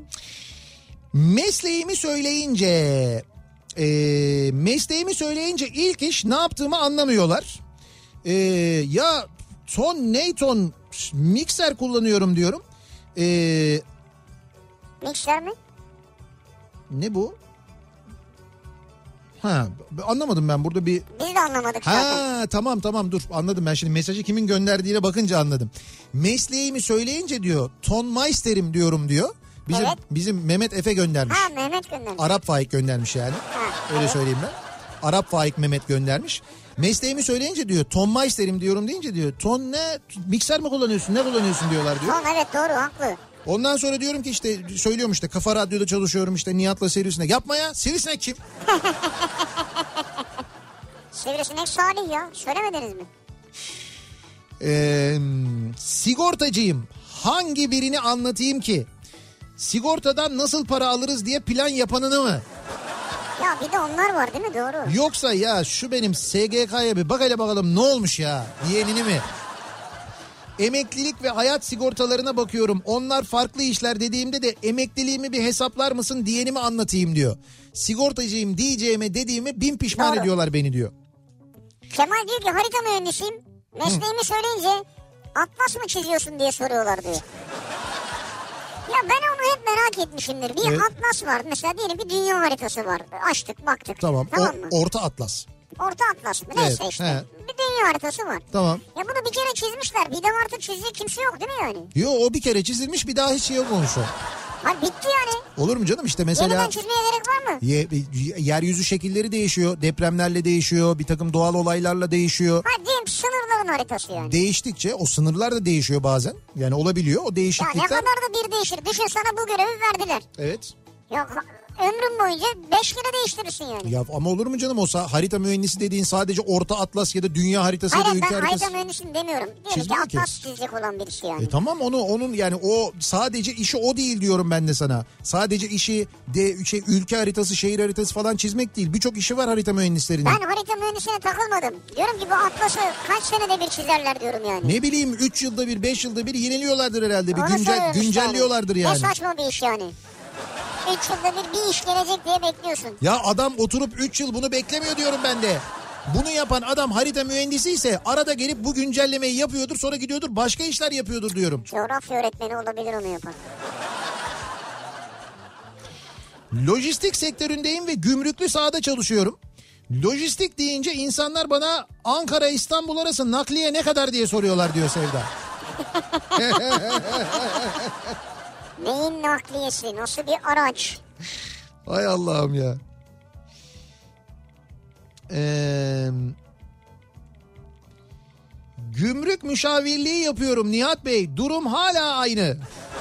Mesleğimi söyleyince... E, mesleğimi söyleyince ilk iş ne yaptığımı anlamıyorlar. E, ya ton ne ton mikser kullanıyorum diyorum. E, mikser mi? Ne bu? Ha, anlamadım ben burada bir... Biz de anlamadık zaten. Ha tamam tamam dur anladım ben şimdi mesajı kimin gönderdiğine bakınca anladım. Mesleğimi söyleyince diyor Tonmeister'im diyorum diyor. Bizim, evet. Bizim Mehmet Efe göndermiş. Ha Mehmet göndermiş. Arap Faik göndermiş yani. Ha, öyle evet. söyleyeyim ben. Arap Faik Mehmet göndermiş. Mesleğimi söyleyince diyor Tonmeister'im diyorum deyince diyor ton ne mikser mi kullanıyorsun ne kullanıyorsun diyorlar diyor. Ton evet doğru haklı. Ondan sonra diyorum ki işte söylüyorum işte Kafa Radyo'da çalışıyorum işte Nihat'la Sivrisinek. Yapma ya Sivrisinek kim? Sivrisinek Salih ya söylemediniz mi? Ee, sigortacıyım. Hangi birini anlatayım ki? Sigortadan nasıl para alırız diye plan yapanını mı? Ya bir de onlar var değil mi doğru? Yoksa ya şu benim S G K'ya bir bak hele bakalım ne olmuş ya diyenini mi? Emeklilik ve hayat sigortalarına bakıyorum. Onlar farklı işler dediğimde de emekliliğimi bir hesaplar mısın diyeni mi anlatayım diyor. Sigortacıyım diyeceğime dediğime bin pişman Doğru. ediyorlar beni diyor. Kemal diyor ki harita mühendisiyim. Mesleğimi Hı. söyleyince atlas mı çiziyorsun diye soruyorlar diyor. Ya ben onu hep merak etmişimdir. Bir evet. atlas var. Mesela diyelim bir dünya haritası var. Açtık baktık. Tamam. tamam o, mı? Orta atlas. Orta atlas mı? Neyse evet. işte. He. Bir dünya haritası var. Tamam. Ya bunu bir kere çizmişler. Bir de artık çizecek kimse yok değil mi yani? Yok o bir kere çizilmiş bir daha hiç şey olmamış o. Ha bitti yani. Olur mu canım işte mesela. Yeniden çizmeye gerek var mı? Ye, yeryüzü şekilleri değişiyor. Depremlerle değişiyor. Bir takım doğal olaylarla değişiyor. Ha diyelim sınırların haritası yani. Değiştikçe o sınırlar da değişiyor bazen. Yani olabiliyor o değişiklikler. Ya ne kadar da bir değişir. Düşün sana bu görevi verdiler. Evet. Yok ömrün boyunca beş kere değiştirirsin yani. Ya ama olur mu canım olsa harita mühendisi dediğin sadece orta atlas ya da dünya haritası hayır, ya da ülke haritası. haritası. Hayır ben harita mühendisiyim demiyorum. Diyelim ki atlas ki. çizecek olan birisi yani. E tamam onu onun yani o sadece işi o değil diyorum ben de sana. Sadece işi de şey ülke haritası, şehir haritası falan çizmek değil. Birçok işi var harita mühendislerinin. Ben harita mühendisine takılmadım. Diyorum ki bu atlası kaç senede bir çizerler diyorum yani. Ne bileyim üç yılda bir, beş yılda bir yeniliyorlardır herhalde. Bir güncel, güncelliyorlardır yani. Ne saçma bir iş yani. üç yılda bir bir iş gelecek diye bekliyorsun. Ya adam oturup üç yıl bunu beklemiyor diyorum ben de. Bunu yapan adam harita mühendisi ise arada gelip bu güncellemeyi yapıyordur sonra gidiyordur başka işler yapıyordur diyorum. Coğrafya öğretmeni olabilir onu yapan. Lojistik sektöründeyim ve gümrüklü sahada çalışıyorum. Lojistik deyince insanlar bana Ankara İstanbul arası nakliye ne kadar diye soruyorlar diyor Sevda. Neyin nakliyesi? Nasıl bir araç? Hay Allah'ım ya. Ee, gümrük müşavirliği yapıyorum Nihat Bey. Durum hala aynı.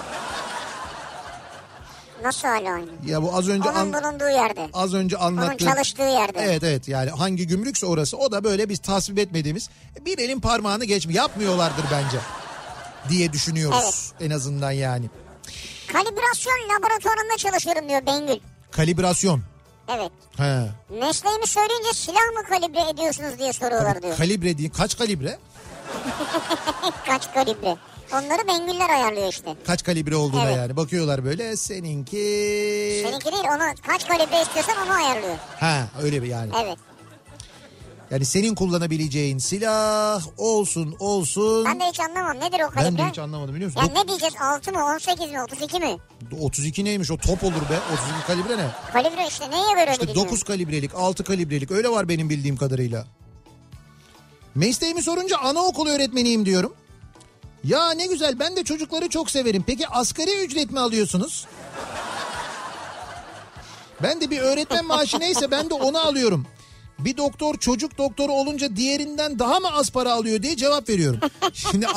Nasıl hala aynı? Ya bu az önce onun an, bulunduğu yerde. Az önce anlattığım. Onun çalıştığı yerde. Evet evet yani hangi gümrükse orası o da böyle biz tasvip etmediğimiz bir elin parmağını geçme yapmıyorlardır bence diye düşünüyoruz evet. En azından yani. Kalibrasyon laboratuvarında çalışıyorum diyor Bengül. Kalibrasyon. Evet. He. Mesleğimi söyleyince silah mı kalibre ediyorsunuz diye soruyorlar Tabii, diyor. Kalibre değil. Kaç kalibre? Kaç kalibre? Onları Bengüller ayarlıyor işte. Kaç kalibre olduğuna evet. Yani. Bakıyorlar böyle seninki... Seninki değil onu kaç kalibre istiyorsan onu ayarlıyor. Ha öyle bir yani. Evet. Yani senin kullanabileceğin silah olsun olsun. Ben de hiç anlamam. Nedir o kalibre? Ben de hiç anlamadım biliyor musun? Yani ne diyeceğiz? altı mı on sekiz mi otuz iki mi? otuz iki neymiş o top olur be. otuz iki kalibre ne? Kalibre işte neye göre İşte dokuz kalibrelik altı kalibrelik öyle var benim bildiğim kadarıyla. Mesleğimi sorunca anaokulu öğretmeniyim diyorum. Ya ne güzel ben de çocukları çok severim. Peki asgari ücret mi alıyorsunuz? Ben de bir öğretmen maaşı neyse ben de onu alıyorum. Bir doktor çocuk doktoru olunca diğerinden daha mı az para alıyor diye cevap veriyorum. Şimdi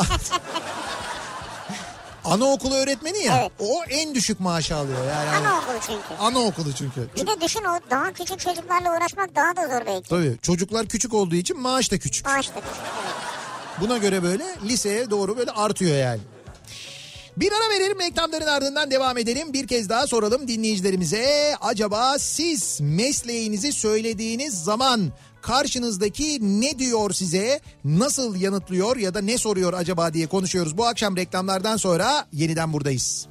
anaokulu öğretmeni ya evet. O en düşük maaşı alıyor. Yani anaokulu çünkü. Anaokulu çünkü. Bir de düşün o daha küçük çocuklarla uğraşmak daha da zor belki. Tabii çocuklar küçük olduğu için maaş da küçük. Maaş da küçük evet. Buna göre böyle liseye doğru böyle artıyor yani. Bir ara verelim reklamların ardından devam edelim. Bir kez daha soralım dinleyicilerimize. Acaba siz mesleğinizi söylediğiniz zaman karşınızdaki ne diyor size? Nasıl yanıtlıyor ya da ne soruyor acaba diye konuşuyoruz. Bu akşam reklamlardan sonra yeniden buradayız.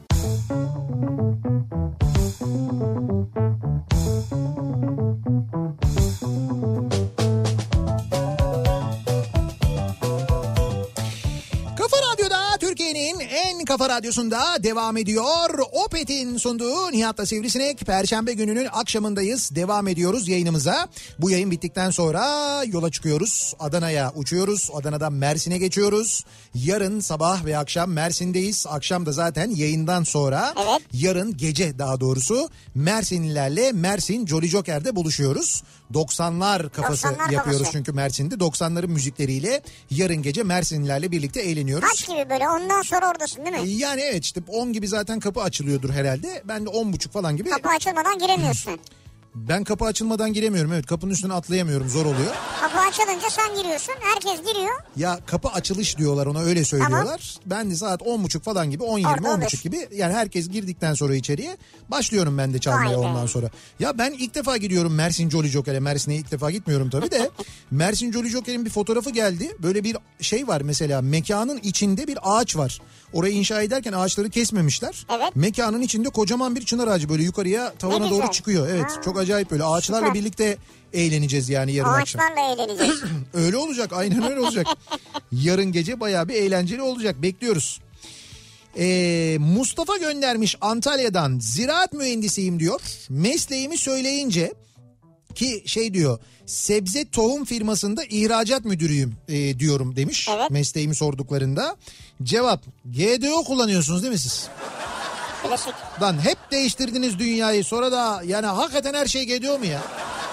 Türkiye'nin en kafa radyosunda devam ediyor. Opet'in sunduğu Nihat'la Sivrisinek. Perşembe gününün akşamındayız. Devam ediyoruz yayınımıza. Bu yayın bittikten sonra yola çıkıyoruz. Adana'ya uçuyoruz. Adana'dan Mersin'e geçiyoruz. Yarın sabah ve akşam Mersin'deyiz. Akşam da zaten yayından sonra, evet. Yarın gece daha doğrusu Mersinlilerle Mersin Jolly Joker'de buluşuyoruz. doksanlar kafası doksanlar yapıyoruz kafası. çünkü Mersin'de. doksanların müzikleriyle yarın gece Mersinlilerle birlikte eğleniyoruz. Kaç gibi böyle ondan sonra oradasın değil mi? Yani evet işte on gibi zaten kapı açılıyordur herhalde. Ben de on buçuk falan gibi. Kapı açılmadan giremiyorsun. Ben kapı açılmadan giremiyorum, evet, kapının üstüne atlayamıyorum, zor oluyor. Kapı açılınca sen giriyorsun, herkes giriyor. Ya kapı açılış diyorlar ona, öyle söylüyorlar. Tamam. Ben de saat on buçuk falan gibi, on yirmi on buçuk gibi, yani herkes girdikten sonra içeriye başlıyorum ben de çalmaya. Aynen. Ondan sonra. Ya ben ilk defa gidiyorum Mersin Jolly Joker'e. Mersin'e ilk defa gitmiyorum tabii de. Mersin Jolly Joker'in bir fotoğrafı geldi. Böyle bir şey var mesela, mekanın içinde bir ağaç var. Orayı inşa ederken ağaçları kesmemişler. Evet. Mekanın içinde kocaman bir çınar ağacı böyle yukarıya tavana doğru çıkıyor. Evet, ha. Çok acayip böyle. Ağaçlarla Süper. Birlikte eğleneceğiz yani yarın akşam. Ağaçlarla eğleneceğiz. Öyle olacak, aynen öyle olacak. Yarın gece bayağı bir eğlenceli olacak, bekliyoruz. Ee, Mustafa göndermiş Antalya'dan, ziraat mühendisiyim diyor. Mesleğimi söyleyince ki şey diyor, sebze tohum firmasında ihracat müdürüyüm e, diyorum demiş. Evet. Mesleğimi sorduklarında. Cevap, G D O kullanıyorsunuz değil mi siz? Klasik. Lan hep değiştirdiniz dünyayı, sonra da yani hakikaten her şey G D O mu ya?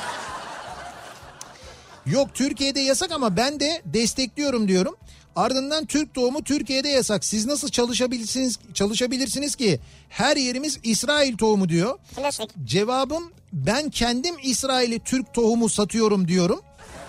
Yok, Türkiye'de yasak ama ben de destekliyorum diyorum. Ardından Türk doğumu Türkiye'de yasak. Siz nasıl çalışabilirsiniz çalışabilirsiniz ki? Her yerimiz İsrail tohumu diyor. Klasik. Cevabım, ben kendim İsrail'e Türk tohumu satıyorum diyorum.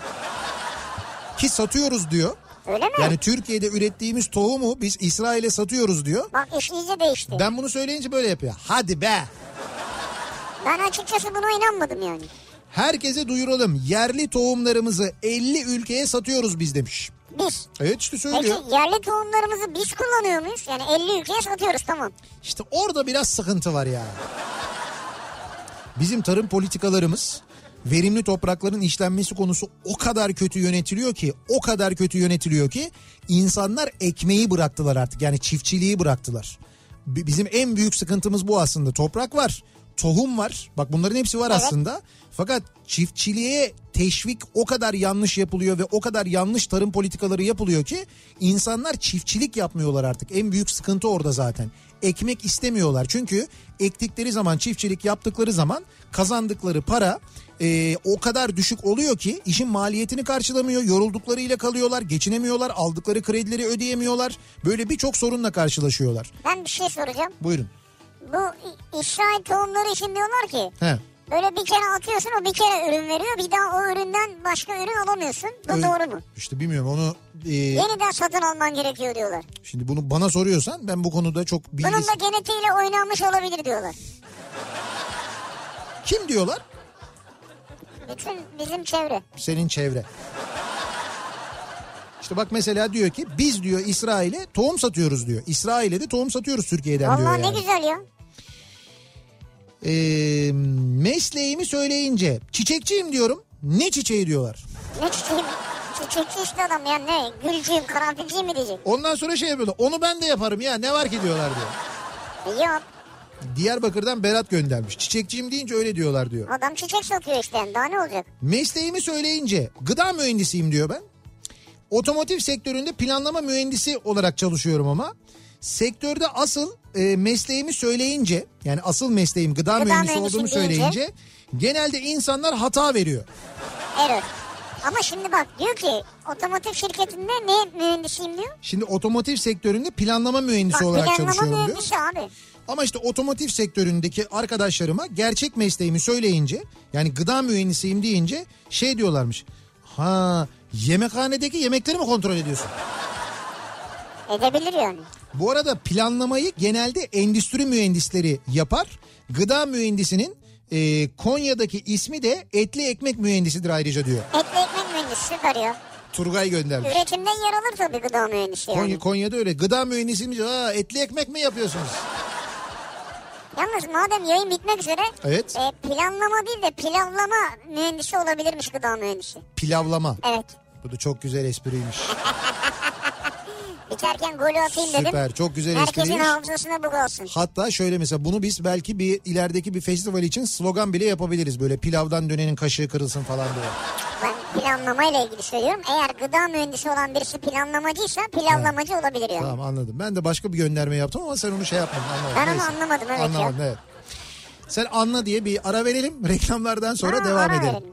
Ki satıyoruz diyor. Öyle mi? Yani Türkiye'de ürettiğimiz tohumu biz İsrail'e satıyoruz diyor. Bak iş iyice değişti. Ben bunu söyleyince böyle yapıyor. Hadi be. Ben açıkçası buna inanmadım yani. Herkese duyuralım, yerli tohumlarımızı elli ülkeye satıyoruz biz demiş. Biz. Evet işte söylüyor. Peki yerli tohumlarımızı biz kullanıyor muyuz? Yani elli ülkeye satıyoruz, tamam. İşte orada biraz sıkıntı var ya. Bizim tarım politikalarımız, verimli toprakların işlenmesi konusu o kadar kötü yönetiliyor ki, o kadar kötü yönetiliyor ki insanlar ekmeği bıraktılar artık. Yani çiftçiliği bıraktılar. Bizim en büyük sıkıntımız bu aslında. Toprak var, tohum var. Bak bunların hepsi var, evet. Aslında. Fakat çiftçiliğe teşvik o kadar yanlış yapılıyor ve o kadar yanlış tarım politikaları yapılıyor ki insanlar çiftçilik yapmıyorlar artık. En büyük sıkıntı orada zaten. Ekmek istemiyorlar. Çünkü ektikleri zaman, çiftçilik yaptıkları zaman kazandıkları para e, o kadar düşük oluyor ki işin maliyetini karşılamıyor. Yorulduklarıyla kalıyorlar, geçinemiyorlar, aldıkları kredileri ödeyemiyorlar. Böyle birçok sorunla karşılaşıyorlar. Ben bir şey soracağım. Buyurun. Bu İsrail tohumları için diyorlar ki... He. Böyle bir kere atıyorsun, o bir kere ürün veriyor. Bir daha o üründen başka ürün alamıyorsun. Bu Öyle, doğru mu? İşte bilmiyorum onu... E, Yeniden satın alman gerekiyor diyorlar. Şimdi bunu bana soruyorsan ben bu konuda çok bilgis... Bunun da genetiğiyle oynanmış olabilir diyorlar. Kim diyorlar? Bütün bizim çevre. Senin çevre. İşte bak mesela diyor ki biz diyor İsrail'e tohum satıyoruz diyor. İsrail'e de tohum satıyoruz Türkiye'den. Vallahi diyor yani. Vallahi ne güzel ya. Ee, mesleğimi söyleyince çiçekçiyim diyorum. Ne çiçeği diyorlar. Ne çiçeği? Çiçekçi işte adam ya, ne? Gülcüyüm, karanfilciyim mi diyecek? Ondan sonra şey yapıyorlar. Onu ben de yaparım ya, ne var ki diyorlar diyor. Yok. Diyarbakır'dan Berat göndermiş. Çiçekçiyim deyince öyle diyorlar diyor. Adam çiçek satıyor işte, daha ne olacak? Mesleğimi söyleyince gıda mühendisiyim diyor ben. Otomotiv sektöründe planlama mühendisi olarak çalışıyorum ama sektörde asıl e, mesleğimi söyleyince, yani asıl mesleğim gıda, gıda mühendisi olduğumu söyleyince deyince, genelde insanlar hata veriyor. Evet. Ama şimdi bak diyor ki otomotiv şirketinde ne mühendisiyim diyor. Şimdi otomotiv sektöründe planlama mühendisi bak, olarak planlama çalışıyorum diyor. Planlama mühendisi abi. Ama işte otomotiv sektöründeki arkadaşlarıma gerçek mesleğimi söyleyince, yani gıda mühendisiyim deyince şey diyorlarmış. Ha, yemekhanedeki yemekleri mi kontrol ediyorsun? Edebilir yani. Bu arada planlamayı genelde endüstri mühendisleri yapar. Gıda mühendisinin e, Konya'daki ismi de etli ekmek mühendisidir ayrıca diyor. Etli ekmek mühendisi, süper ya. Turgay göndermiş. Üretimde yer alır tabii gıda mühendisi yani. Konya, Konya'da öyle. Gıda mühendisiymiş. Aa, etli ekmek mi yapıyorsunuz? Yalnız madem yayın bitmek üzere, evet. e, planlama değil de pilavlama mühendisi olabilirmiş gıda mühendisi. Pilavlama. Evet. Bu da çok güzel espriymiş. Biterken golü atayım dedim. Süper, çok güzel Herkesin espriymiş. hafızasına bu kalsın. Hatta şöyle mesela bunu biz belki bir ilerideki bir festival için slogan bile yapabiliriz. Böyle pilavdan dönenin kaşığı kırılsın falan diye. Ben planlamayla ilgili söylüyorum. Eğer gıda mühendisi olan birisi planlamacıysa pilavlamacı ha. olabilir yani. Tamam, anladım. Ben de başka bir gönderme yaptım ama sen onu şey yapmadın. Anlamadım. Ben Neyse. onu anlamadım evet Anlamadım, ya. evet. Sen anla diye bir ara verelim. Reklamlardan sonra ha, devam edelim. Verelim.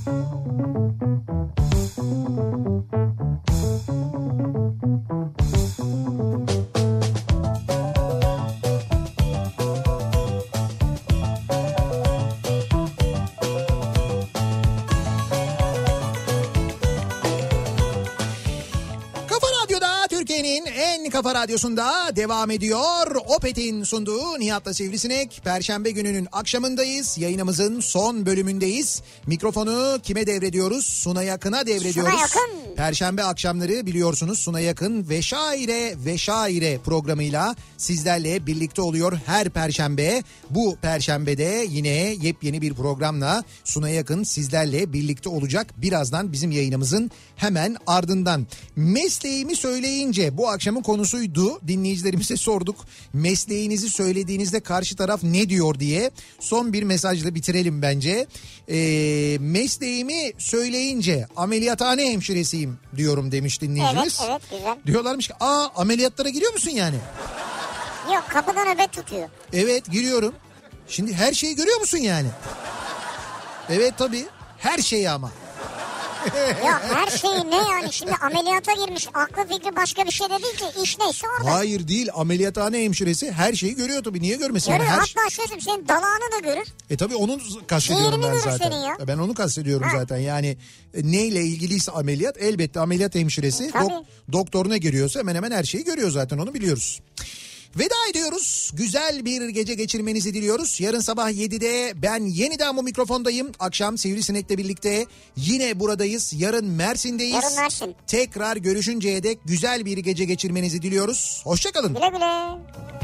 Türkiye'nin en kafa radyosunda devam ediyor. Opet'in sunduğu Nihat'la Sivrisinek. Perşembe gününün akşamındayız. Yayınımızın son bölümündeyiz. Mikrofonu kime devrediyoruz? Suna Yakın'a devrediyoruz. Suna Yakın. Perşembe akşamları biliyorsunuz Suna Yakın Veşaire Veşaire programıyla sizlerle birlikte oluyor her perşembe. Bu perşembede yine yepyeni bir programla Suna Yakın sizlerle birlikte olacak. Birazdan bizim yayınımızın hemen ardından. Mesleğimi söyleyince bu akşamın konusuydu. Dinleyicilerimize sorduk. Mesleğinizi söylediğinizde karşı taraf ne diyor diye. Son bir mesajla bitirelim bence. Ee, mesleğimi söyleyince ameliyathane hemşiresiyim diyorum demiş dinleyicimiz. Evet, evet, güzel. Diyorlarmış ki aa ameliyatlara giriyor musun yani? Yok, kapıda nöbet tutuyor. Evet, giriyorum. Şimdi her şeyi görüyor musun yani? Evet tabii. Her şeyi ama. Ya her şeyi ne yani, şimdi ameliyata girmiş, aklı fikri başka bir şey de değil ki, iş neyse orada. Hayır değil, ameliyathane hemşiresi her şeyi görüyor tabii, niye görmesin? Görüyor, yani her... hatta şöyle senin dalağını da görür. E tabii onu kastediyorum Ciğerini ben görür zaten. senin ya. Ben onu kastediyorum Ha. zaten yani e, neyle ilgiliyse ameliyat, elbette ameliyat hemşiresi Tabii. dok- doktoruna giriyorsa hemen hemen her şeyi görüyor zaten, onu biliyoruz. Veda ediyoruz. Güzel bir gece geçirmenizi diliyoruz. Yarın sabah yedide ben yeniden bu mikrofondayım. Akşam Sivrisinek'le birlikte yine buradayız. Yarın Mersin'deyiz. Yarın Mersin. Tekrar görüşünceye dek güzel bir gece geçirmenizi diliyoruz. Hoşça kalın. Güle güle.